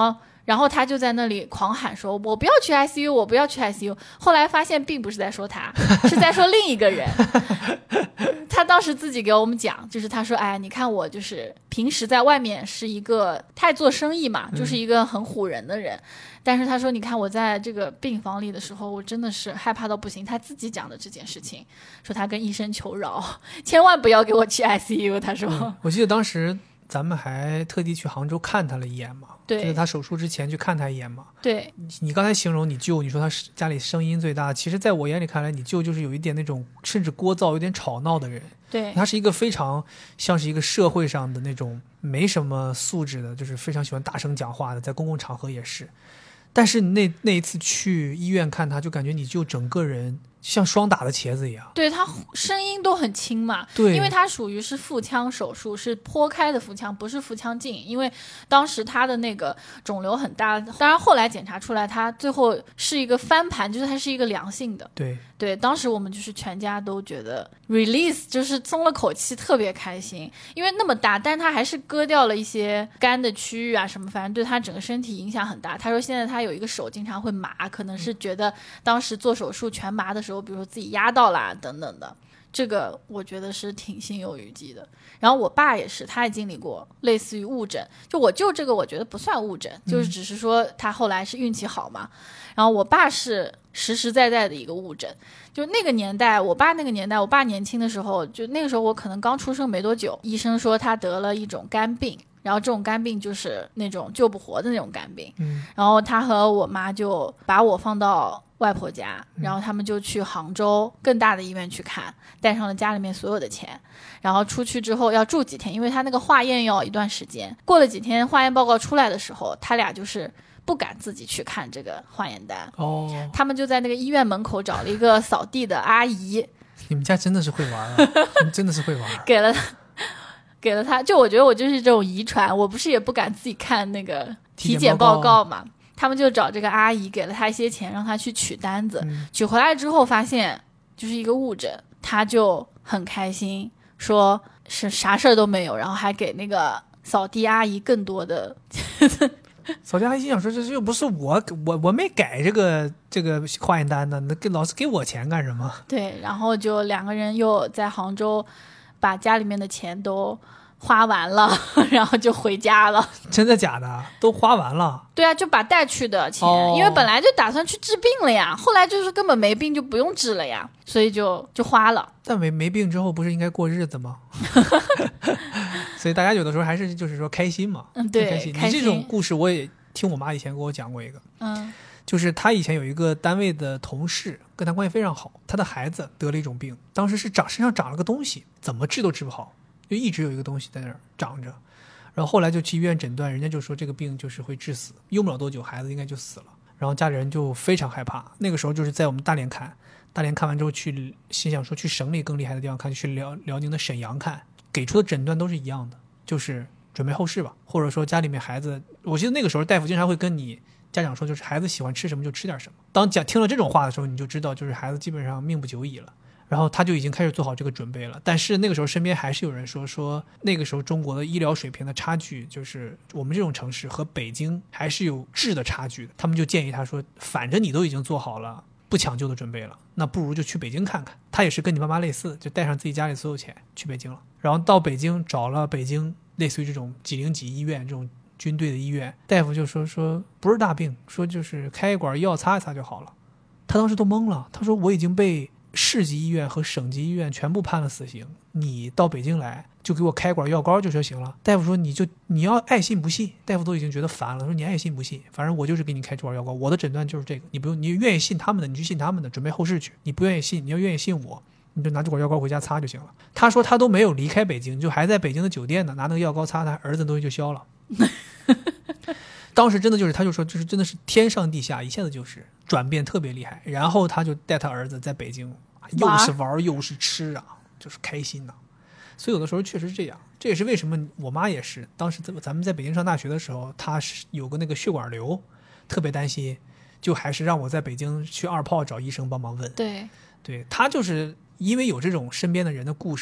然后他就在那里狂喊说我不要去 ICU 我不要去 ICU， 后来发现并不是在说他，是在说另一个人。他当时自己给我们讲，就是他说哎，你看我就是平时在外面是一个他做生意嘛，就是一个很唬人的人，但是他说你看我在这个病房里的时候我真的是害怕到不行，他自己讲的这件事情，说他跟医生求饶千万不要给我去 ICU， 他说我记得当时咱们还特地去杭州看他了一眼嘛， 对， 就是他手术之前去看他一眼嘛。 对， 你刚才形容你舅，你说他家里声音最大，其实在我眼里看来，你舅就是有一点那种甚至聒噪、有点吵闹的人。 对， 他是一个非常像是一个社会上的那种没什么素质的，就是非常喜欢大声讲话的，在公共场合也是。但是那一次去医院看他，就感觉你舅整个人像双打的茄子一样。 对，他声音都很轻嘛， 对， 因为他属于是腹腔手术，是剖开的腹腔，不是腹腔镜，因为当时他的那个肿瘤很大，当然后来检查出来他最后是一个翻盘，就是它是一个良性的。对，当时我们就是全家都觉得 release 就是松了口气，特别开心，因为那么大，但是他还是割掉了一些肝的区域啊什么，反正对他整个身体影响很大。他说现在他有一个手经常会麻，可能是觉得当时做手术全麻的时候，比如说自己压到啦等等的，这个我觉得是挺心有余悸的。然后我爸也是，他也经历过类似于误诊，就我舅这个我觉得不算误诊，就是只是说他后来是运气好嘛。然后我爸是实实在在的一个误诊，就那个年代，我爸那个年代，我爸年轻的时候，就那个时候我可能刚出生没多久，医生说他得了一种肝病，然后这种肝病就是那种救不活的那种肝病，然后他和我妈就把我放到外婆家，然后他们就去杭州更大的医院去看，带上了家里面所有的钱，然后出去之后要住几天，因为他那个化验要一段时间，过了几天化验报告出来的时候，他俩就是不敢自己去看这个化验单，他们就在那个医院门口找了一个扫地的阿姨。 你们家真的是会玩啊！你们真的是会玩。 给了他，就我觉得我就是这种遗传，我不是也不敢自己看那个体检报告嘛，他们就找这个阿姨给了他一些钱，让他去取单子，取回来之后发现就是一个误诊，他就很开心，说是啥事儿都没有，然后还给那个扫地阿姨更多的扫地阿姨心想说：“这又不是我没改这个化验单呢，那老是给我钱干什么？”对， 然后就两个人又在杭州把家里面的钱都花完了，然后就回家了。 真的假的？都花完了？ 对啊，就把带去的钱，因为本来就打算去治病了呀，后来就是根本没病就不用治了呀，所以就花了。 但没病之后不是应该过日子吗？所以大家有的时候还是就是说开心嘛。 对， 开心。你这种故事我也听我妈以前给我讲过一个，就是她以前有一个单位的同事，跟她关系非常好，她的孩子得了一种病，当时是身上长了个东西，怎么治都治不好，就一直有一个东西在那儿长着，然后后来就去医院诊断，人家就说这个病就是会致死，用不了多久孩子应该就死了，然后家里人就非常害怕。那个时候就是在我们大连看完之后去心想说去省里更厉害的地方看，去辽宁的沈阳看，给出的诊断都是一样的，就是准备后事吧，或者说家里面孩子，我记得那个时候大夫经常会跟你家长说，就是孩子喜欢吃什么就吃点什么。当听了这种话的时候，你就知道就是孩子基本上命不久矣了。然后他就已经开始做好这个准备了。但是那个时候身边还是有人说那个时候中国的医疗水平的差距，就是我们这种城市和北京还是有质的差距的。他们就建议他说，反正你都已经做好了不抢救的准备了，那不如就去北京看看。他也是跟你妈妈类似，就带上自己家里所有钱去北京了。然后到北京找了北京类似于这种几零几医院这种军队的医院，大夫就说不是大病，说就是开一管药擦一擦就好了。他当时都懵了，他说我已经被市级医院和省级医院全部判了死刑，你到北京来就给我开管药膏就行了。大夫说你要爱信不信，大夫都已经觉得烦了，说你爱信不信，反正我就是给你开这管药膏，我的诊断就是这个，你不用，你愿意信他们的你去信他们的，准备后事去，你不愿意信，你要愿意信我，你就拿这管药膏回家擦就行了。他说他都没有离开北京，就还在北京的酒店呢，拿那个药膏擦，他儿子的东西就消了。当时真的就是，他就说就是真的是天上地下，一下子就是转变特别厉害。然后他就带他儿子在北京又是玩又是吃啊，就是开心呐。所以有的时候确实是这样，这也是为什么我妈也是，当时咱们在北京上大学的时候，她是有个那个血管瘤，特别担心，就还是让我在北京去二炮找医生帮忙问。 对， 她就是因为有这种身边的人的故事，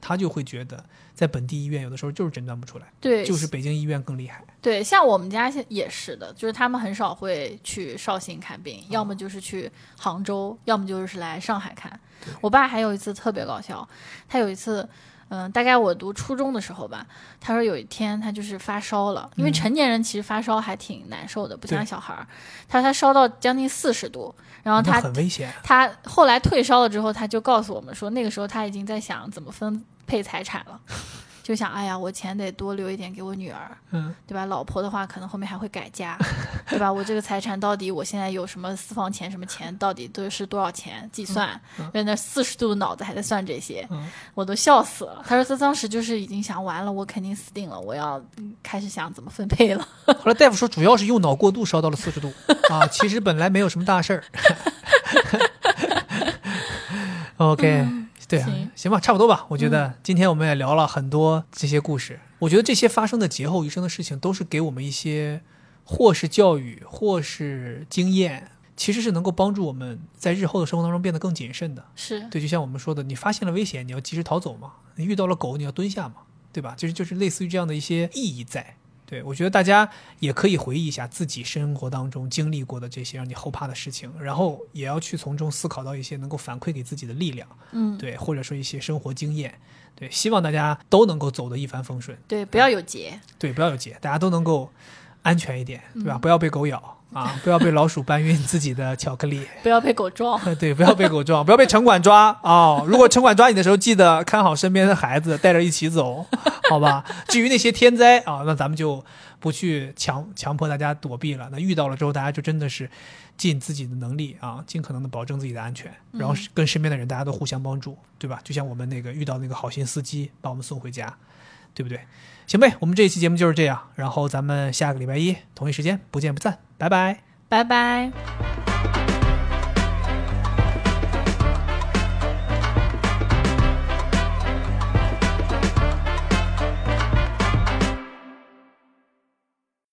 他就会觉得在本地医院有的时候就是诊断不出来， 对， 就是北京医院更厉害。 对，像我们家也是的，就是他们很少会去绍兴看病，要么就是去杭州，要么就是来上海看。我爸还有一次特别搞笑，他有一次大概我读初中的时候吧，他说有一天他就是发烧了，因为成年人其实发烧还挺难受的，不像小孩。他说他烧到将近40度，然后他很危险。 他后来退烧了之后，他就告诉我们说，那个时候他已经在想怎么分配财产了。就想，哎呀，我钱得多留一点给我女儿，对吧？老婆的话可能后面还会改嫁，对吧？我这个财产到底我现在有什么私房钱什么钱，到底都是多少钱？计算，在那40度的脑子还在算这些，我都笑死了。他说他当时就是已经想完了，我肯定死定了，我要开始想怎么分配了。 后来大夫说，主要是用脑过度烧到了40度啊，其实本来没有什么大事儿。OK。对啊，行吧，差不多吧。我觉得今天我们也聊了很多这些故事，我觉得这些发生的劫后余生的事情都是给我们一些或是教育或是经验，其实是能够帮助我们在日后的生活当中变得更谨慎的。 是对，就像我们说的，你发现了危险你要及时逃走嘛，你遇到了狗你要蹲下嘛，对吧？就是类似于这样的一些意义在。对，我觉得大家也可以回忆一下自己生活当中经历过的这些让你后怕的事情，然后也要去从中思考到一些能够反馈给自己的力量，对，或者说一些生活经验，对，希望大家都能够走得一帆风顺， 对，不要有劫， 对，不要有劫，大家都能够安全一点，对吧？不要被狗咬啊，不要被老鼠搬运自己的巧克力， 不要被狗撞， 对，不要被狗撞，不要被城管抓啊！如果城管抓你的时候，记得看好身边的孩子，带着一起走，好吧？至于那些天灾啊，那咱们就不去强迫大家躲避了。那遇到了之后，大家就真的是尽自己的能力啊，尽可能的保证自己的安全，然后跟身边的人大家都互相帮助，对吧？就像我们那个遇到那个好心司机把我们送回家，对不对？行呗，我们这一期节目就是这样，然后咱们下个礼拜一同一时间不见不散，拜拜， 拜拜。